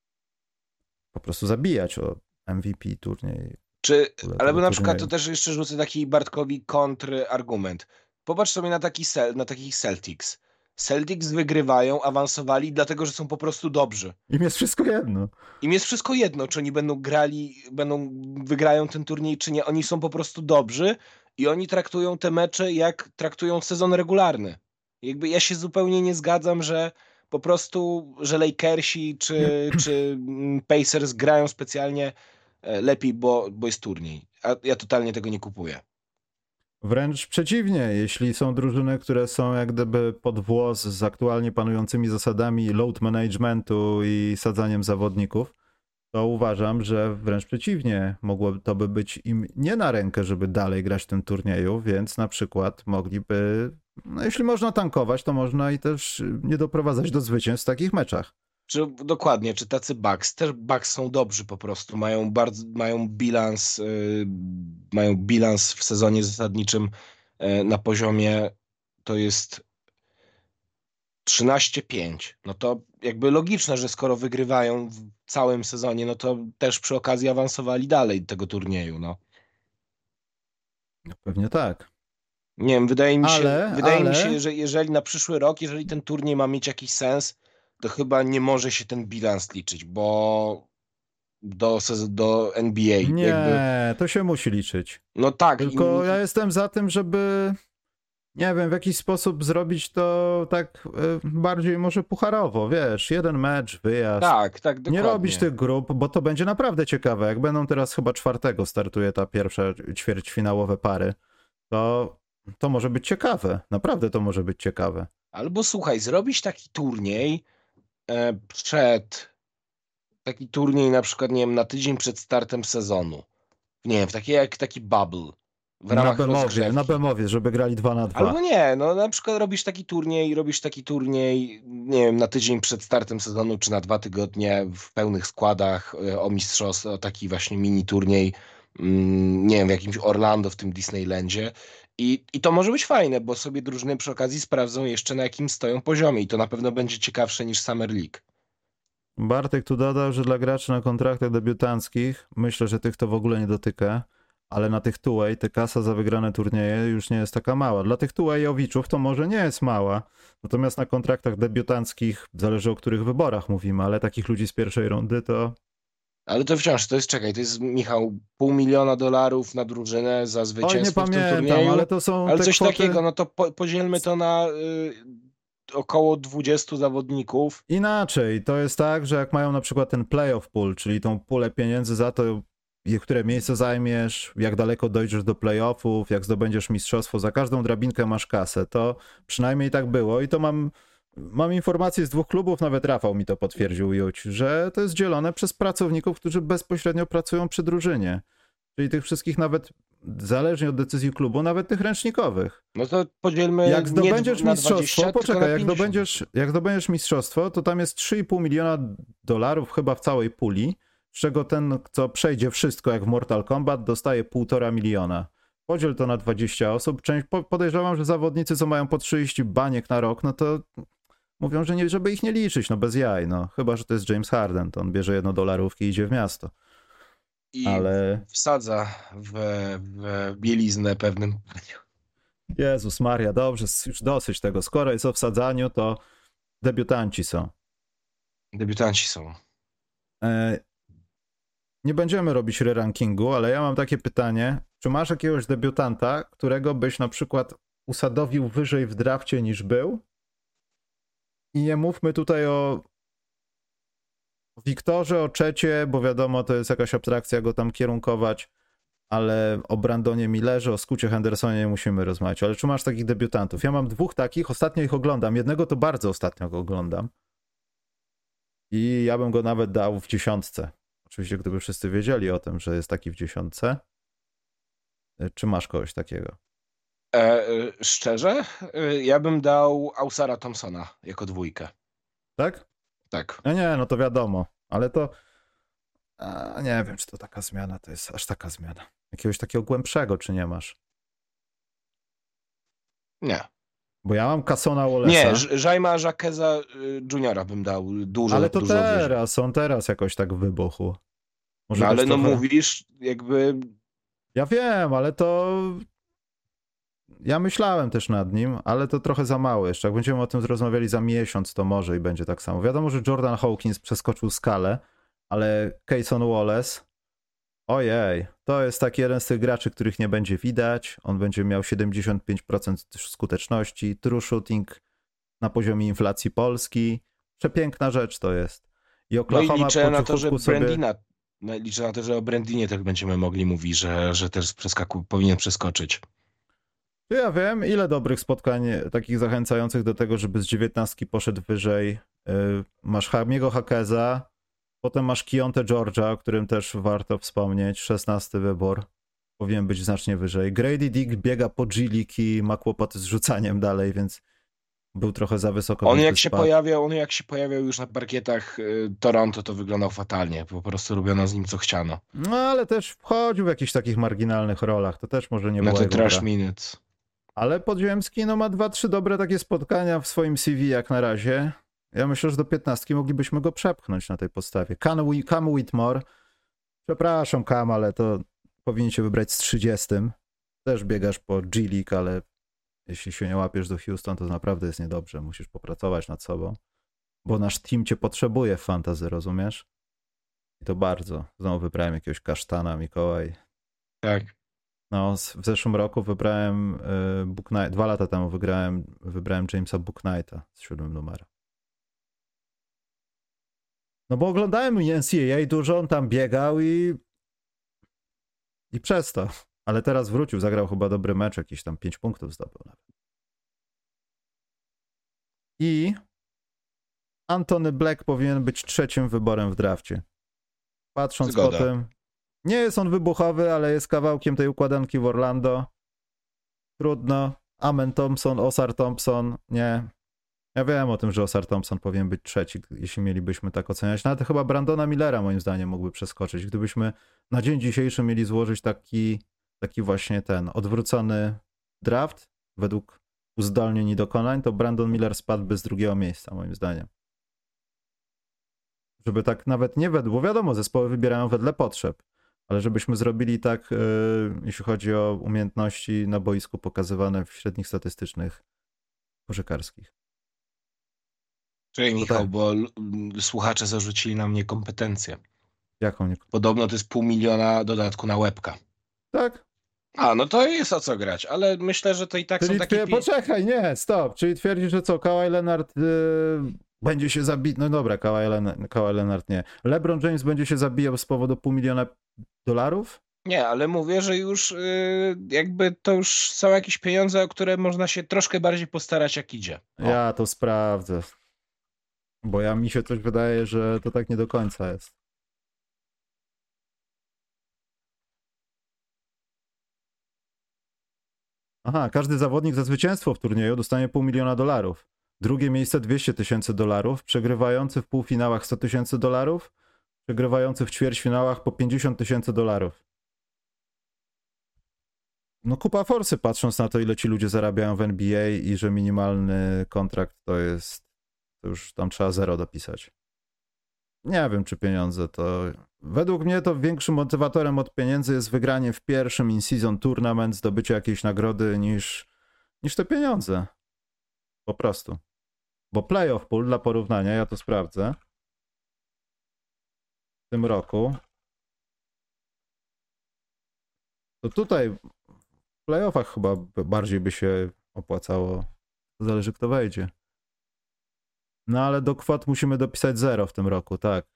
A: Po prostu zabijać o M V P turniej.
B: Czy, ale na przykład to też jeszcze rzucę taki Bartkowi kontrargument. Popatrz sobie na, taki cel, na takich Celtics. Celtics wygrywają, awansowali, dlatego że są po prostu dobrzy.
A: Im jest wszystko jedno.
B: Im jest wszystko jedno, czy oni będą grali, będą wygrają ten turniej, czy nie. Oni są po prostu dobrzy i oni traktują te mecze jak traktują sezon regularny. Jakby ja się zupełnie nie zgadzam, że po prostu, że Lakersi czy, czy Pacers grają specjalnie lepiej, bo, bo jest turniej. A ja totalnie tego nie kupuję.
A: Wręcz przeciwnie, jeśli są drużyny, które są jak gdyby pod włos z aktualnie panującymi zasadami load managementu i sadzaniem zawodników, to uważam, że wręcz przeciwnie, mogłoby to by być im nie na rękę, żeby dalej grać w tym turnieju, więc na przykład mogliby, no jeśli można tankować, to można i też nie doprowadzać do zwycięstw w takich meczach.
B: Czy, dokładnie, czy tacy Bucks, też Bucks są dobrzy po prostu, mają bardzo, mają bilans, yy, mają bilans w sezonie zasadniczym yy, na poziomie, to jest trzynaście pięć. No to jakby logiczne, że skoro wygrywają w całym sezonie, no to też przy okazji awansowali dalej tego turnieju, no.
A: Pewnie tak.
B: Nie wiem, wydaje mi się,
A: ale,
B: wydaje
A: ale...
B: mi się, że jeżeli na przyszły rok, jeżeli ten turniej ma mieć jakiś sens, to chyba nie może się ten bilans liczyć, bo do, do N B A.
A: Nie,
B: jakby...
A: to się musi liczyć.
B: No tak.
A: Tylko
B: i...
A: ja jestem za tym, żeby nie wiem, w jakiś sposób zrobić to tak bardziej może pucharowo, wiesz, jeden mecz, wyjazd.
B: Tak, tak, dokładnie.
A: Nie robić tych grup, bo to będzie naprawdę ciekawe. Jak będą teraz chyba czwartego startuje ta pierwsza ćwierćfinałowe pary, to to może być ciekawe. Naprawdę to może być ciekawe.
B: Albo słuchaj, zrobić taki turniej e, przed taki turniej na przykład, nie wiem, na tydzień przed startem sezonu. Nie wiem, w taki, jak taki bubble. W ramach
A: na Bemowie,
B: rozgrzewki.
A: na Bemowie, żeby grali dwa na dwa.
B: Albo nie, no na przykład robisz taki turniej, robisz taki turniej, nie wiem, na tydzień przed startem sezonu, czy na dwa tygodnie w pełnych składach o mistrzostwo, o taki właśnie mini turniej, nie wiem, w jakimś Orlando, w tym Disneylandzie. I, I to może być fajne, bo sobie drużyny przy okazji sprawdzą jeszcze, na jakim stoją poziomie i to na pewno będzie ciekawsze niż Summer League.
A: Bartek tu dodał, że dla graczy na kontraktach debiutanckich, myślę, że tych to w ogóle nie dotyka, ale na tych two-way te kasa za wygrane turnieje już nie jest taka mała. Dla tych two-wayowiczów to może nie jest mała, natomiast na kontraktach debiutanckich, zależy o których wyborach mówimy, ale takich ludzi z pierwszej rundy to...
B: Ale to wciąż, to jest, czekaj, to jest, Michał, pół miliona dolarów na drużynę za zwycięstwo
A: Oj, nie
B: w tym
A: pamiętam,
B: turnieju.
A: ale to są
B: ale
A: te
B: coś
A: kwoty...
B: takiego, no to po, podzielmy to na... Yy, około dwudziestu zawodników.
A: Inaczej, to jest tak, że jak mają na przykład ten playoff pool, czyli tą pulę pieniędzy za to, które miejsce zajmiesz, jak daleko dojdziesz do playoffów, jak zdobędziesz mistrzostwo, za każdą drabinkę masz kasę, to przynajmniej tak było i to mam, mam informacje z dwóch klubów, nawet Rafał mi to potwierdził, Juć, że to jest dzielone przez pracowników, którzy bezpośrednio pracują przy drużynie, czyli tych wszystkich nawet, zależnie od decyzji klubu, nawet tych ręcznikowych.
B: No to podzielmy
A: Jak zdobędziesz
B: nie na
A: mistrzostwo,
B: dwadzieścia,
A: poczekaj, jak
B: pięćdziesiąt.
A: zdobędziesz, jak zdobędziesz mistrzostwo, to tam jest trzy i pół miliona dolarów chyba w całej puli, z czego ten, co przejdzie wszystko jak w Mortal Kombat, dostaje półtora miliona. Podziel to na dwadzieścia osób. Część, podejrzewam, że zawodnicy, co mają po trzydzieści baniek na rok, no to mówią, że nie, żeby ich nie liczyć, no bez jaj, no. Chyba że to jest James Harden, to on bierze jedno dolarówki i idzie w miasto.
B: I
A: Ale...
B: wsadza w, w bieliznę pewnym.
A: Jezus Maria, dobrze, już dosyć tego. Skoro jest o wsadzaniu, to debiutanci są.
B: Debiutanci są.
A: E, nie będziemy robić re-rankingu, ale ja mam takie pytanie. Czy masz jakiegoś debiutanta, którego byś na przykład usadowił wyżej w drafcie niż był? I nie mówmy tutaj o Wiktorze, o Czecie, bo wiadomo, to jest jakaś abstrakcja go tam kierunkować, ale o Brandonie Millerze, o Scoocie Hendersonie nie musimy rozmawiać. Ale czy masz takich debiutantów? Ja mam dwóch takich, ostatnio ich oglądam. Jednego to bardzo ostatnio go oglądam. I ja bym go nawet dał w dziesiątce. Oczywiście, gdyby wszyscy wiedzieli o tym, że jest taki w dziesiątce. Czy masz kogoś takiego?
B: E, szczerze? E, ja bym dał Ausara Thompsona jako dwójkę.
A: Tak?
B: Tak.
A: No nie, no to wiadomo. Ale to... A, nie wiem, czy to taka zmiana to jest aż taka zmiana. Jakiegoś takiego głębszego, czy nie masz?
B: Nie.
A: Bo ja mam Cassona Wallace'a.
B: Nie, Jaima Jaqueza juniora bym dał dużo,
A: ale to
B: dużo
A: teraz, on teraz jakoś tak wybuchł. Może
B: no ale
A: trochę...
B: no mówisz jakby...
A: Ja wiem, ale to... Ja myślałem też nad nim, ale to trochę za mało jeszcze. Jak będziemy o tym rozmawiali za miesiąc, to może i będzie tak samo. Wiadomo, że Jordan Hawkins przeskoczył skalę, ale Cason Wallace, ojej, to jest taki jeden z tych graczy, których nie będzie widać. On będzie miał siedemdziesiąt pięć procent skuteczności, true shooting na poziomie inflacji Polski. Przepiękna rzecz to jest. I Oklahoma
B: no i liczę
A: po
B: na to, że
A: sobie...
B: Brandina, no, liczę na to, że o Brandinie też będziemy mogli mówić, że, że też przeskaku, powinien przeskoczyć.
A: Ja wiem, ile dobrych spotkań takich zachęcających do tego, żeby z dziewiętnastki poszedł wyżej. Masz Hamiego Hakeza, potem masz Kionte George'a, o którym też warto wspomnieć, szesnasty wybór. Powinien być znacznie wyżej. Grady Dick biega po G-League i ma kłopoty z rzucaniem dalej, więc był trochę za wysoko.
B: On jak się pojawiał, on jak się pojawiał już na parkietach y, Toronto, to wyglądał fatalnie. Po prostu robiono z nim co chciano.
A: No ale też wchodził w jakichś takich marginalnych rolach. To też może nie
B: na
A: było
B: te
A: jego
B: trash
A: gra.
B: minutes.
A: Ale Podziemski no, ma dwa, trzy dobre takie spotkania w swoim C V jak na razie. Ja myślę, że do piętnastki moglibyśmy go przepchnąć na tej podstawie. Cam, Cam Whitmore. Przepraszam, Cam, ale to powinniście wybrać z trzydziestym. Też biegasz po G-League, ale jeśli się nie łapiesz do Houston, to naprawdę jest niedobrze. Musisz popracować nad sobą. Bo nasz team cię potrzebuje w fantasy, rozumiesz? I to bardzo. Znowu wybrałem jakiegoś kasztana, Mikołaj.
B: Tak.
A: No, w zeszłym roku wybrałem y, Book Knight, dwa lata temu wygrałem, wybrałem Jamesa Book Knighta z siódmym numerem. No bo oglądałem N C A A dużo, on tam biegał i i przez to. Ale teraz wrócił, zagrał chyba dobry mecz, jakiś tam pięć punktów zdobył nawet. I Antony Black powinien być trzecim wyborem w drafcie. Patrząc
B: Zgoda.
A: po tym, nie jest on wybuchowy, ale jest kawałkiem tej układanki w Orlando. Trudno. Amen Thompson, Osar Thompson, nie. Ja wiem o tym, że Osar Thompson powinien być trzeci, jeśli mielibyśmy tak oceniać. Nawet chyba Brandona Millera moim zdaniem mógłby przeskoczyć. Gdybyśmy na dzień dzisiejszy mieli złożyć taki, taki właśnie ten odwrócony draft według uzdolnień i dokonań, to Brandon Miller spadłby z drugiego miejsca moim zdaniem. Żeby tak nawet nie według, bo wiadomo, zespoły wybierają wedle potrzeb, ale żebyśmy zrobili tak, yy, jeśli chodzi o umiejętności na boisku pokazywane w średnich statystycznych koszykarskich.
B: Czyli Michał,
A: tak.
B: bo l- słuchacze zarzucili na mnie kompetencję.
A: Jaką nie...
B: Podobno to jest pół miliona dodatku na łebka.
A: Tak?
B: A, no to jest o co grać, ale myślę, że to i tak
A: Czyli
B: są takie...
A: twier-
B: Pi-
A: poczekaj, nie, stop. Czyli twierdzisz, że co, Kawhi Leonard yy, będzie się zabijał, no dobra, Kawhi Leonard, Kawhi Leonard nie. LeBron James będzie się zabijał z powodu pół miliona dolarów?
B: Nie, ale mówię, że już y, jakby to już są jakieś pieniądze, o które można się troszkę bardziej postarać, jak idzie. O.
A: Ja to sprawdzę. Bo ja mi się coś wydaje, że to tak nie do końca jest. Aha, każdy zawodnik za zwycięstwo w turnieju dostanie pół miliona dolarów. Drugie miejsce dwieście tysięcy dolarów, przegrywający w półfinałach sto tysięcy dolarów, przegrywający w ćwierćfinałach po pięćdziesiąt tysięcy dolarów. No kupa forsy, patrząc na to, ile ci ludzie zarabiają w N B A i że minimalny kontrakt to jest, to już tam trzeba zero dopisać. Nie wiem, czy pieniądze to... Według mnie to większym motywatorem od pieniędzy jest wygranie w pierwszym in-season tournament, zdobycie jakiejś nagrody niż, niż te pieniądze. Po prostu. Bo playoff pool, dla porównania, ja to sprawdzę, w tym roku, to tutaj w playoffach chyba bardziej by się opłacało. Zależy, kto wejdzie. No ale do kwot musimy dopisać zero w tym roku, tak.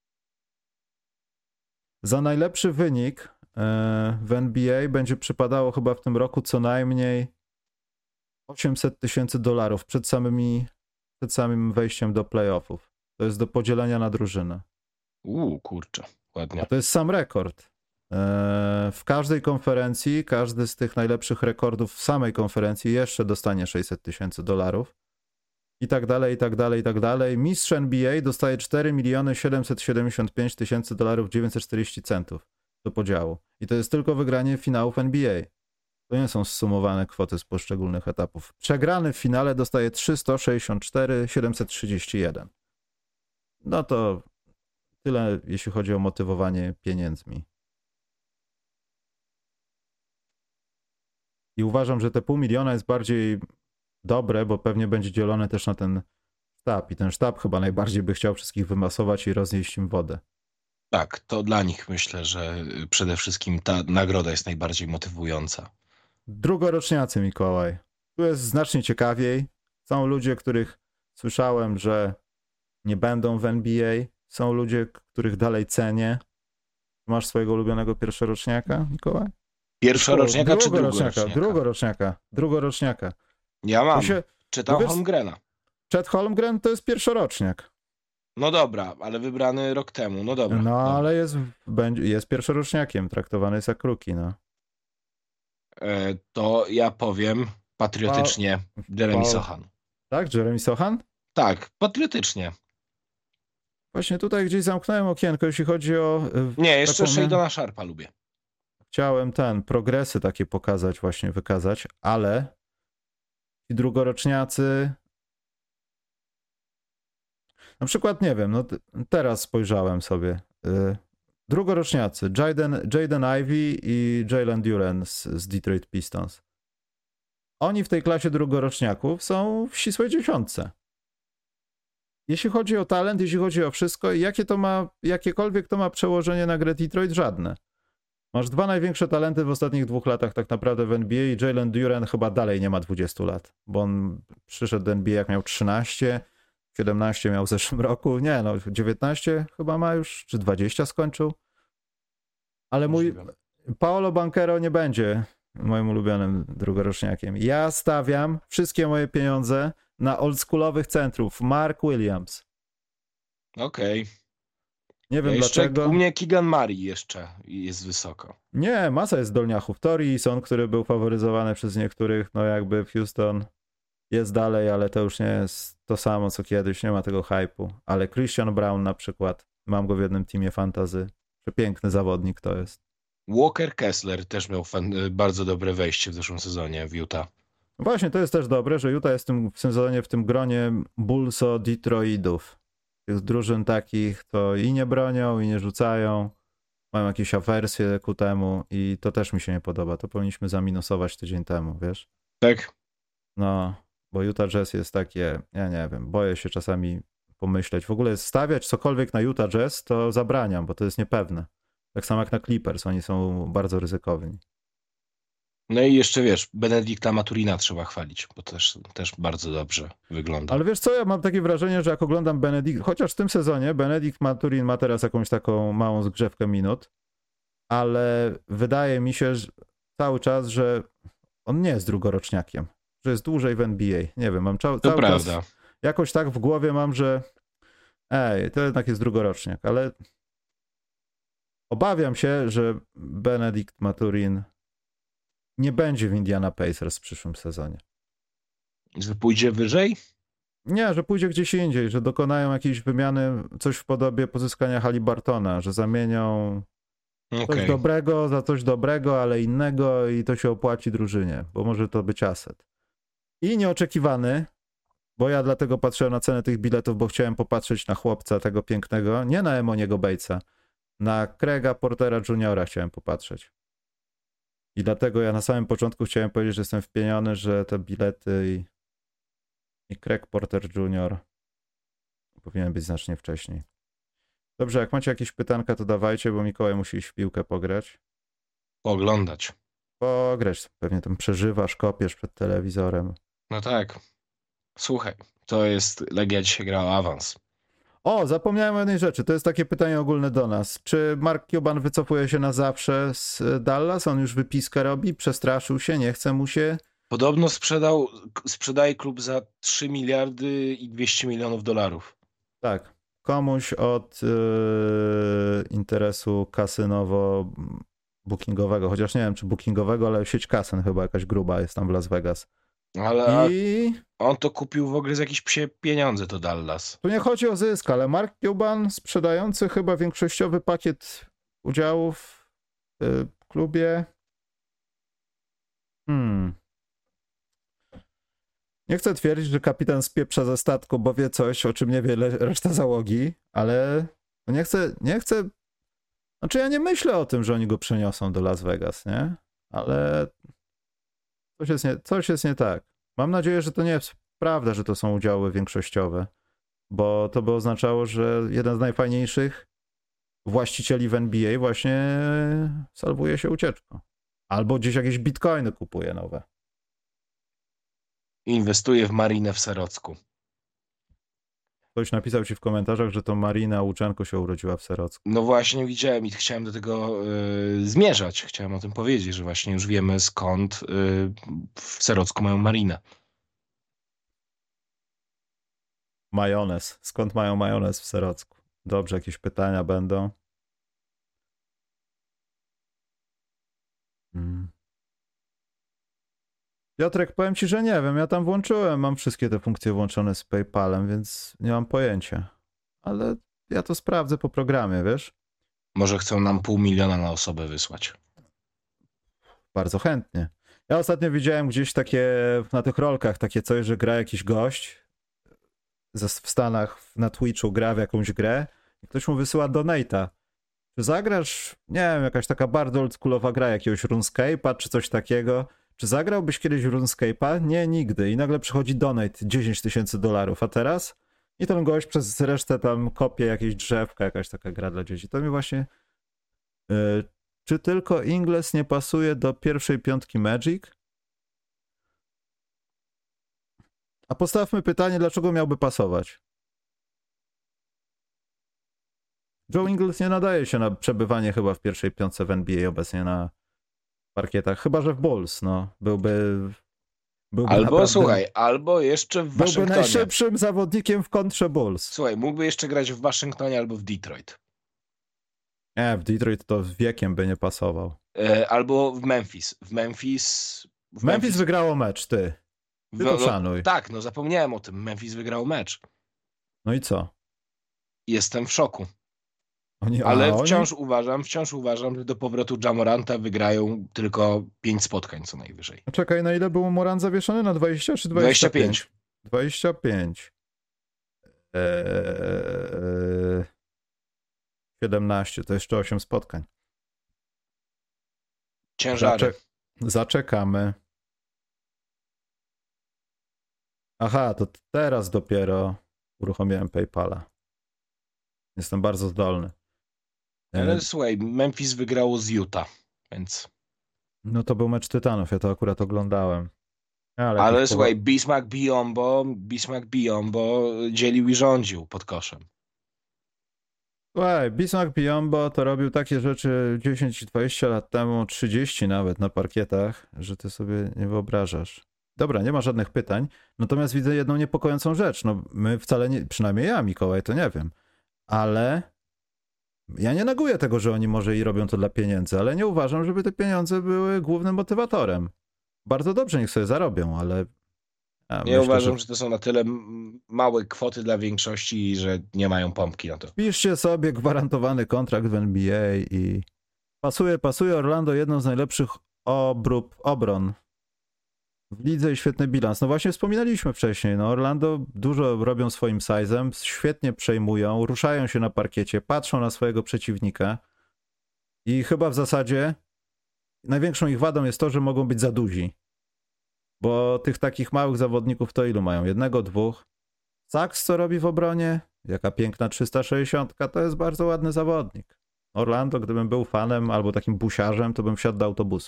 A: Za najlepszy wynik e, w N B A będzie przypadało chyba w tym roku co najmniej osiemset tysięcy dolarów przed samymi, przed samym wejściem do playoffów. To jest do podzielenia na drużynę.
B: Uuu, kurczę,
A: A
B: ładnie.
A: to jest sam rekord. E, w każdej konferencji, każdy z tych najlepszych rekordów w samej konferencji jeszcze dostanie sześćset tysięcy dolarów. I tak dalej, i tak dalej, i tak dalej. Mistrz N B A dostaje cztery miliony siedemset siedemdziesiąt pięć tysięcy dolarów dziewięćset czterdzieści centów do podziału. I to jest tylko wygranie finałów N B A. To nie są zsumowane kwoty z poszczególnych etapów. Przegrany w finale dostaje trzysta sześćdziesiąt cztery tysiące siedemset trzydzieści jeden. No to tyle, jeśli chodzi o motywowanie pieniędzmi. I uważam, że te pół miliona jest bardziej dobre, bo pewnie będzie dzielone też na ten sztab. I ten sztab chyba najbardziej by chciał wszystkich wymasować i roznieść im wodę.
B: Tak, to dla nich myślę, że przede wszystkim ta nagroda jest najbardziej motywująca.
A: Drugoroczniacy, Mikołaj. Tu jest znacznie ciekawiej. Są ludzie, których słyszałem, że nie będą w N B A. Są ludzie, których dalej cenię. Masz swojego ulubionego pierwszoroczniaka, Mikołaj?
B: Pierwszoroczniaka czy
A: drugoroczniaka?
B: drugoroczniaka?
A: Drugoroczniaka. Drugoroczniaka.
B: Ja mam.
A: Się...
B: Czytam
A: Wiesz...
B: Holmgrena.
A: Chet Holmgren to jest pierwszoroczniak.
B: No dobra, ale wybrany rok temu. No dobra.
A: No
B: dobra.
A: ale jest, będzie, jest pierwszoroczniakiem. Traktowany jest jak rookie, no.
B: E, to ja powiem patriotycznie Jeremy
A: Pa...
B: Sochan.
A: Tak? Jeremy Sochan?
B: Tak, patriotycznie.
A: Właśnie tutaj gdzieś zamknąłem okienko, jeśli chodzi o...
B: Nie, jeszcze
A: taką...
B: Shadona Sharpa lubię.
A: Chciałem ten, progresy takie pokazać, właśnie wykazać, ale ci drugoroczniacy... Na przykład, nie wiem, no teraz spojrzałem sobie. Drugoroczniacy, Jaden, Jaden Ivey i Jalen Duren z, z Detroit Pistons. Oni w tej klasie drugoroczniaków są w ścisłej dziesiątce. Jeśli chodzi o talent, jeśli chodzi o wszystko, jakie to ma, jakiekolwiek to ma przełożenie na grę Detroit, żadne. Masz dwa największe talenty w ostatnich dwóch latach tak naprawdę w N B A i Jalen Duren chyba dalej nie ma dwudziestu lat, bo on przyszedł do N B A jak miał trzynaście, siedemnaście miał w zeszłym roku, nie no, dziewiętnaście chyba ma już, czy dwadzieścia skończył. Ale mój Paolo Banchero nie będzie moim ulubionym drugoroczniakiem. Ja stawiam wszystkie moje pieniądze na oldschoolowych centrów. Mark Williams.
B: Okej. Okay.
A: Nie wiem
B: ja jeszcze,
A: dlaczego.
B: U mnie Keegan Murray jeszcze jest wysoko.
A: Nie, masa jest dolniachów. Torison, który był faworyzowany przez niektórych, no jakby w Houston jest dalej, ale to już nie jest to samo co kiedyś, nie ma tego hype'u. Ale Christian Brown na przykład, mam go w jednym teamie fantasy. Przepiękny zawodnik to jest.
B: Walker Kessler też miał fan, bardzo dobre wejście w zeszłym sezonie w Utah.
A: Właśnie, to jest też dobre, że Utah jest w tym, w tym sezonie w tym gronie Bullso Detroitów. Tych drużyn takich, to i nie bronią, i nie rzucają, mają jakieś awersje ku temu i to też mi się nie podoba. To powinniśmy zaminusować tydzień temu, wiesz?
B: Tak?
A: No, bo Utah Jazz jest takie, ja nie wiem, boję się czasami pomyśleć. W ogóle stawiać cokolwiek na Utah Jazz to zabraniam, bo to jest niepewne. Tak samo jak na Clippers, oni są bardzo ryzykowni.
B: No i jeszcze wiesz, Benedikta Maturina trzeba chwalić, bo też, też bardzo dobrze wygląda.
A: Ale wiesz co, ja mam takie wrażenie, że jak oglądam Benedikt, chociaż w tym sezonie Benedikt Maturin ma teraz jakąś taką małą zgrzewkę minut, ale wydaje mi się że cały czas, że on nie jest drugoroczniakiem, że jest dłużej w N B A. Nie wiem, mam cza-
B: To
A: cały
B: prawda.
A: czas jakoś tak w głowie mam, że ej, to jednak jest drugoroczniak, ale obawiam się, że Benedikt Maturin nie będzie w Indiana Pacers w przyszłym sezonie.
B: Że pójdzie wyżej?
A: Nie, że pójdzie gdzieś indziej, że dokonają jakiejś wymiany, coś w podobie pozyskania Halibartona, że zamienią coś
B: Okej.
A: dobrego za coś dobrego, ale innego i to się opłaci drużynie, bo może to być aset. I nieoczekiwany, bo ja dlatego patrzyłem na cenę tych biletów, bo chciałem popatrzeć na chłopca tego pięknego, nie na Emoniego Batesa, na Craiga Portera juniora chciałem popatrzeć. I dlatego ja na samym początku chciałem powiedzieć, że jestem wpieniony, że te bilety i, i Craig Porter junior powinien być znacznie wcześniej. Dobrze, jak macie jakieś pytanka, to dawajcie, bo Mikołaj musi iść w piłkę pograć.
B: Oglądać.
A: Pograć, pewnie tam przeżywasz, kopiesz przed telewizorem.
B: No tak. Słuchaj, to jest, Legia dzisiaj grała awans.
A: O, zapomniałem o jednej rzeczy, to jest takie pytanie ogólne do nas. Czy Mark Cuban wycofuje się na zawsze z Dallas? On już wypiskę robi, przestraszył się, nie chce mu się?
B: Podobno sprzedał, sprzedaje klub za trzy miliardy i dwieście milionów dolarów.
A: Tak, komuś od yy, interesu kasynowo-bookingowego, chociaż nie wiem czy bookingowego, ale sieć kasyn chyba jakaś gruba jest tam w Las Vegas.
B: Ale
A: I
B: on to kupił w ogóle za jakieś psie pieniądze, to Dallas.
A: tu nie chodzi o zysk, ale Mark Cuban sprzedający chyba większościowy pakiet udziałów w klubie. Hmm. Nie chcę twierdzić, że kapitan spieprza ze statku, bo wie coś, o czym nie wie reszta załogi, ale nie chcę, nie chcę... Znaczy ja nie myślę o tym, że oni go przeniosą do Las Vegas, nie? Ale coś jest nie, coś jest nie tak. Mam nadzieję, że to nie jest prawda, że to są udziały większościowe, bo to by oznaczało, że jeden z najfajniejszych właścicieli w N B A właśnie salwuje się ucieczką. Albo gdzieś jakieś bitcoiny kupuje nowe.
B: Inwestuje w marinę w Serocku.
A: Ktoś napisał ci w komentarzach, że to Marina Łuczenko się urodziła w Serocku.
B: No właśnie widziałem i chciałem do tego y, zmierzać. Chciałem o tym powiedzieć, że właśnie już wiemy skąd y, w Serocku mają marinę.
A: Majonez. Skąd mają majonez w Serocku? Dobrze, jakieś pytania będą? Hmm. Piotrek, powiem ci, że nie wiem. Ja tam włączyłem, mam wszystkie te funkcje włączone z PayPalem, więc nie mam pojęcia. Ale ja to sprawdzę po programie, wiesz?
B: Może chcą nam pół miliona na osobę wysłać.
A: Bardzo chętnie. Ja ostatnio widziałem gdzieś takie, na tych rolkach, takie coś, że gra jakiś gość w Stanach na Twitchu, gra w jakąś grę i ktoś mu wysyła donate'a. Czy zagrasz, nie wiem, jakaś taka bardzo oldschoolowa gra jakiegoś RuneScape'a, czy coś takiego? Czy zagrałbyś kiedyś w RuneScape'a? Nie, nigdy. I nagle przychodzi donate dziesięć tysięcy dolarów, a teraz? I ten gość przez resztę tam kopie jakieś drzewka, jakaś taka gra dla dzieci. To mi właśnie... Yy, czy tylko Ingles nie pasuje do pierwszej piątki Magic? A postawmy pytanie, dlaczego miałby pasować? Joe Ingles nie nadaje się na przebywanie chyba w pierwszej piątce w N B A obecnie na parkietach, chyba że w Bulls, no. Byłby... byłby
B: Albo
A: naprawdę,
B: słuchaj, albo jeszcze w
A: byłby
B: Waszyngtonie.
A: najszybszym zawodnikiem w kontrze Bulls.
B: Słuchaj, mógłby jeszcze grać w Waszyngtonie albo w Detroit.
A: Nie, w Detroit to wiekiem by nie pasował.
B: E, albo w Memphis. W Memphis... W
A: Memphis, Memphis wygrało mecz, ty. Ty
B: no,
A: to szanuj.
B: No, tak, no zapomniałem o tym. Memphis wygrał mecz.
A: No i co?
B: Jestem w szoku.
A: Oni,
B: Ale
A: a,
B: wciąż
A: oni...
B: uważam, wciąż uważam, że do powrotu Jamoranta wygrają tylko pięć spotkań co najwyżej.
A: Czekaj, na ile był Morant zawieszony? Na dwadzieścia czy dwadzieścia pięć? dwadzieścia pięć. Eee, siedemnaście, to jeszcze osiem spotkań.
B: Ciężary.
A: Zacze... Zaczekamy. Aha, to teraz dopiero uruchomiłem PayPala. Jestem bardzo zdolny.
B: Ale słuchaj, Memphis wygrało z Utah, więc...
A: No to był mecz Tytanów, ja to akurat oglądałem. Ale,
B: Ale
A: jakiś
B: słuchaj,
A: powo-
B: Bismarck Biombo, Bismarck Biombo dzielił i rządził pod koszem.
A: Słuchaj, Bismarck Biombo to robił takie rzeczy dziesięć dwadzieścia lat temu, trzydzieści nawet na parkietach, że ty sobie nie wyobrażasz. Dobra, nie ma żadnych pytań, natomiast widzę jedną niepokojącą rzecz. No my wcale nie, przynajmniej ja, Mikołaj, to nie wiem, ale ja nie neguję tego, że oni może i robią to dla pieniędzy, ale nie uważam, żeby te pieniądze były głównym motywatorem. Bardzo dobrze, niech sobie zarobią, ale ja
B: Ja
A: myślę,
B: uważam,
A: że
B: że to są na tyle m- małe kwoty dla większości, że nie mają pompki na to.
A: piszcie sobie gwarantowany kontrakt w N B A i pasuje, pasuje Orlando jedną z najlepszych obrób, obron w lidze i świetny bilans. No właśnie wspominaliśmy wcześniej, no Orlando dużo robią swoim size'em, świetnie przejmują, ruszają się na parkiecie, patrzą na swojego przeciwnika i chyba w zasadzie największą ich wadą jest to, że mogą być za duzi. Bo tych takich małych zawodników to ilu mają? Jednego, dwóch. Saks co robi w obronie? Jaka piękna trzysta sześćdziesiąt, to jest bardzo ładny zawodnik. Orlando, gdybym był fanem albo takim busiarzem, to bym wsiadł do autobusu.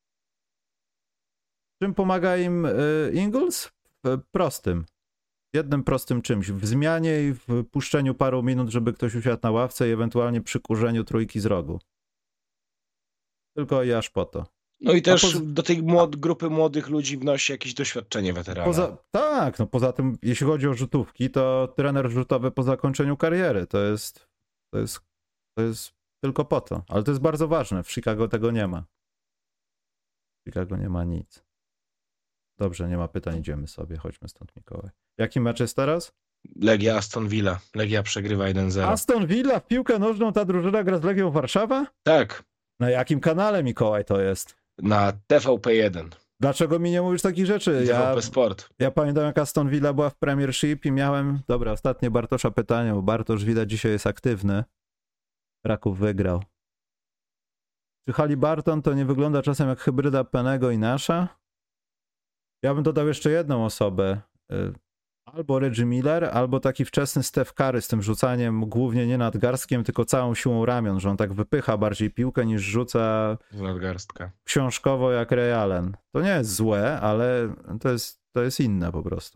A: Czym pomaga im y, Ingles? W prostym. Jednym prostym czymś. W zmianie i w puszczeniu paru minut, żeby ktoś usiadł na ławce i ewentualnie przy kurzeniu trójki z rogu. Tylko i aż po to.
B: No i też
A: poza-
B: do tej młod- grupy młodych ludzi wnosi jakieś doświadczenie weterana.
A: Poza, tak, no poza tym, jeśli chodzi o rzutówki, to trener rzutowy po zakończeniu kariery to jest, to jest, to jest tylko po to. Ale to jest bardzo ważne. W Chicago tego nie ma. W Chicago nie ma nic. Dobrze, nie ma pytań, idziemy sobie. Chodźmy stąd, Mikołaj. Jaki mecz jest teraz?
B: Legia Aston Villa. Legia przegrywa jeden zero.
A: Aston Villa w piłkę nożną, ta drużyna gra z Legią Warszawa?
B: Tak,
A: Na jakim kanale, Mikołaj, to jest?
B: na T V P jeden.
A: Dlaczego mi nie mówisz takich rzeczy? Ja,
B: T V P Sport.
A: ja pamiętam, jak Aston Villa była w Premiership i miałem... Dobra, ostatnie Bartosza pytanie, bo Bartosz widać dzisiaj jest aktywny. Raków wygrał. Czy Haliburton to nie wygląda czasem jak hybryda Penego i Nasza? Ja bym dodał jeszcze jedną osobę. Y, Albo Reggie Miller, albo taki wczesny Steph Curry z tym rzucaniem głównie nie nadgarstkiem, tylko całą siłą ramion, że on tak wypycha bardziej piłkę niż rzuca
B: Nadgarstka.
A: książkowo jak Ray Allen. To nie jest złe, ale to jest, to jest inne po prostu.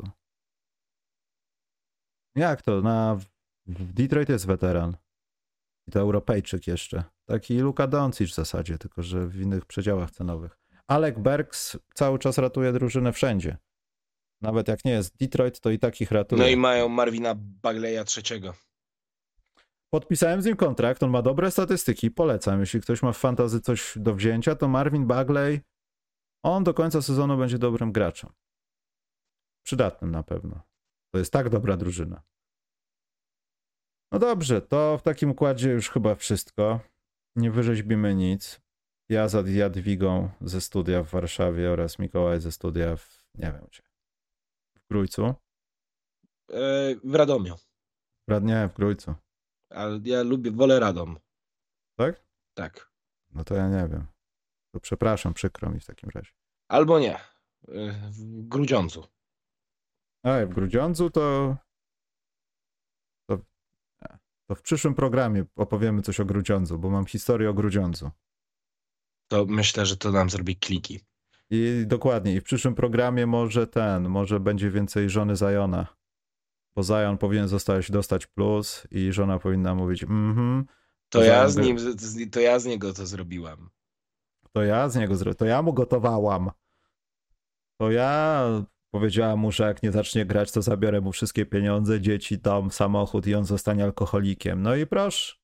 A: Jak to? Na, w Detroit jest weteran. I to Europejczyk jeszcze. Taki Luka Doncic w zasadzie, tylko że w innych przedziałach cenowych. Alec Burks cały czas ratuje drużynę wszędzie. Nawet jak nie jest Detroit, to i tak ich ratuje.
B: No i mają Marvina Bagleya trzeciego.
A: Podpisałem z nim kontrakt, on ma dobre statystyki, polecam. Jeśli ktoś ma w fantasy coś do wzięcia, to Marvin Bagley, on do końca sezonu będzie dobrym graczem. Przydatnym na pewno. To jest tak dobra drużyna. No dobrze, to w takim układzie już chyba wszystko. Nie wyrzeźbimy nic. Ja z Jadwigą ze studia w Warszawie oraz Mikołaj ze studia w, nie wiem gdzie, w Grójcu.
B: E, w Radomiu.
A: Brat, nie, w Grójcu.
B: Ale ja lubię, wolę Radom.
A: Tak?
B: Tak.
A: No to ja nie wiem. To przepraszam, przykro mi w takim razie.
B: Albo nie. E, w Grudziądzu.
A: A, w Grudziądzu to... to... To w przyszłym programie opowiemy coś o Grudziądzu, bo mam historię o Grudziądzu.
B: To myślę, że to nam zrobi kliki.
A: I dokładnie, i w przyszłym programie może ten, może będzie więcej żony Zajona. Bo Zion powinien zostać, dostać plus i żona powinna mówić mhm.
B: To
A: Zion
B: ja z
A: gr-
B: nim, z- to ja z niego to zrobiłam.
A: To ja z niego zrobię, to ja mu gotowałam. To ja powiedziałam mu, że jak nie zacznie grać, to zabiorę mu wszystkie pieniądze, dzieci, dom, samochód i on zostanie alkoholikiem. No i proszę.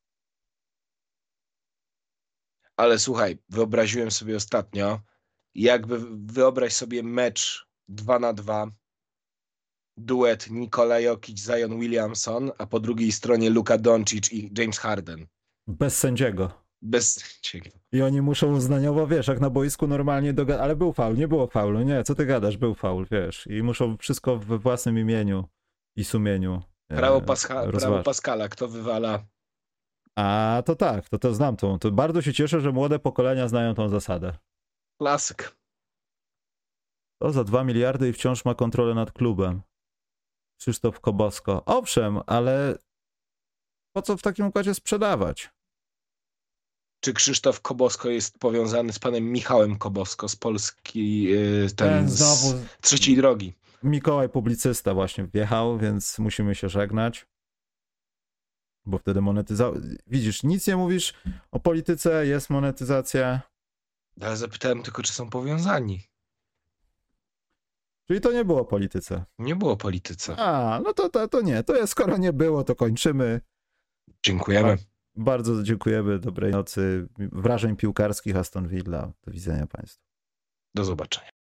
B: Ale słuchaj, wyobraziłem sobie ostatnio, jakby wyobraź sobie mecz dwa na dwa, duet Nikola Jokic, Zion Williamson, a po drugiej stronie Luka Doncic i James Harden.
A: Bez sędziego.
B: Bez...
A: I oni muszą uznaniowo, wiesz, jak na boisku normalnie dogadać, ale był faul, nie było faulu, nie, co ty gadasz, był faul, wiesz. I muszą wszystko we własnym imieniu i sumieniu e,
B: Prawo, Pascha... Prawo
A: rozważyć.
B: Pascala, kto wywala?
A: A to tak, to, to znam tą. To bardzo się cieszę, że młode pokolenia znają tą zasadę.
B: Klasyk.
A: To za dwa miliardy i wciąż ma kontrolę nad klubem. Krzysztof Kobosko. Owszem, ale po co w takim układzie sprzedawać?
B: czy Krzysztof Kobosko jest powiązany z panem Michałem Kobosko z Polski, yy, ten,
A: Ten
B: z
A: znowu-
B: Trzeciej Drogi.
A: Mikołaj publicysta właśnie wjechał, więc musimy się żegnać. Bo wtedy monetyzacja... Widzisz, nic nie mówisz o polityce, jest monetyzacja.
B: Ale zapytałem tylko, czy są powiązani.
A: Czyli to nie było o polityce.
B: Nie było o polityce.
A: A, no to, to, to nie. To jest, skoro nie było, to kończymy.
B: Dziękujemy.
A: Bardzo dziękujemy. Dobrej nocy. Wrażeń piłkarskich Aston Villa. Do widzenia Państwu.
B: Do zobaczenia.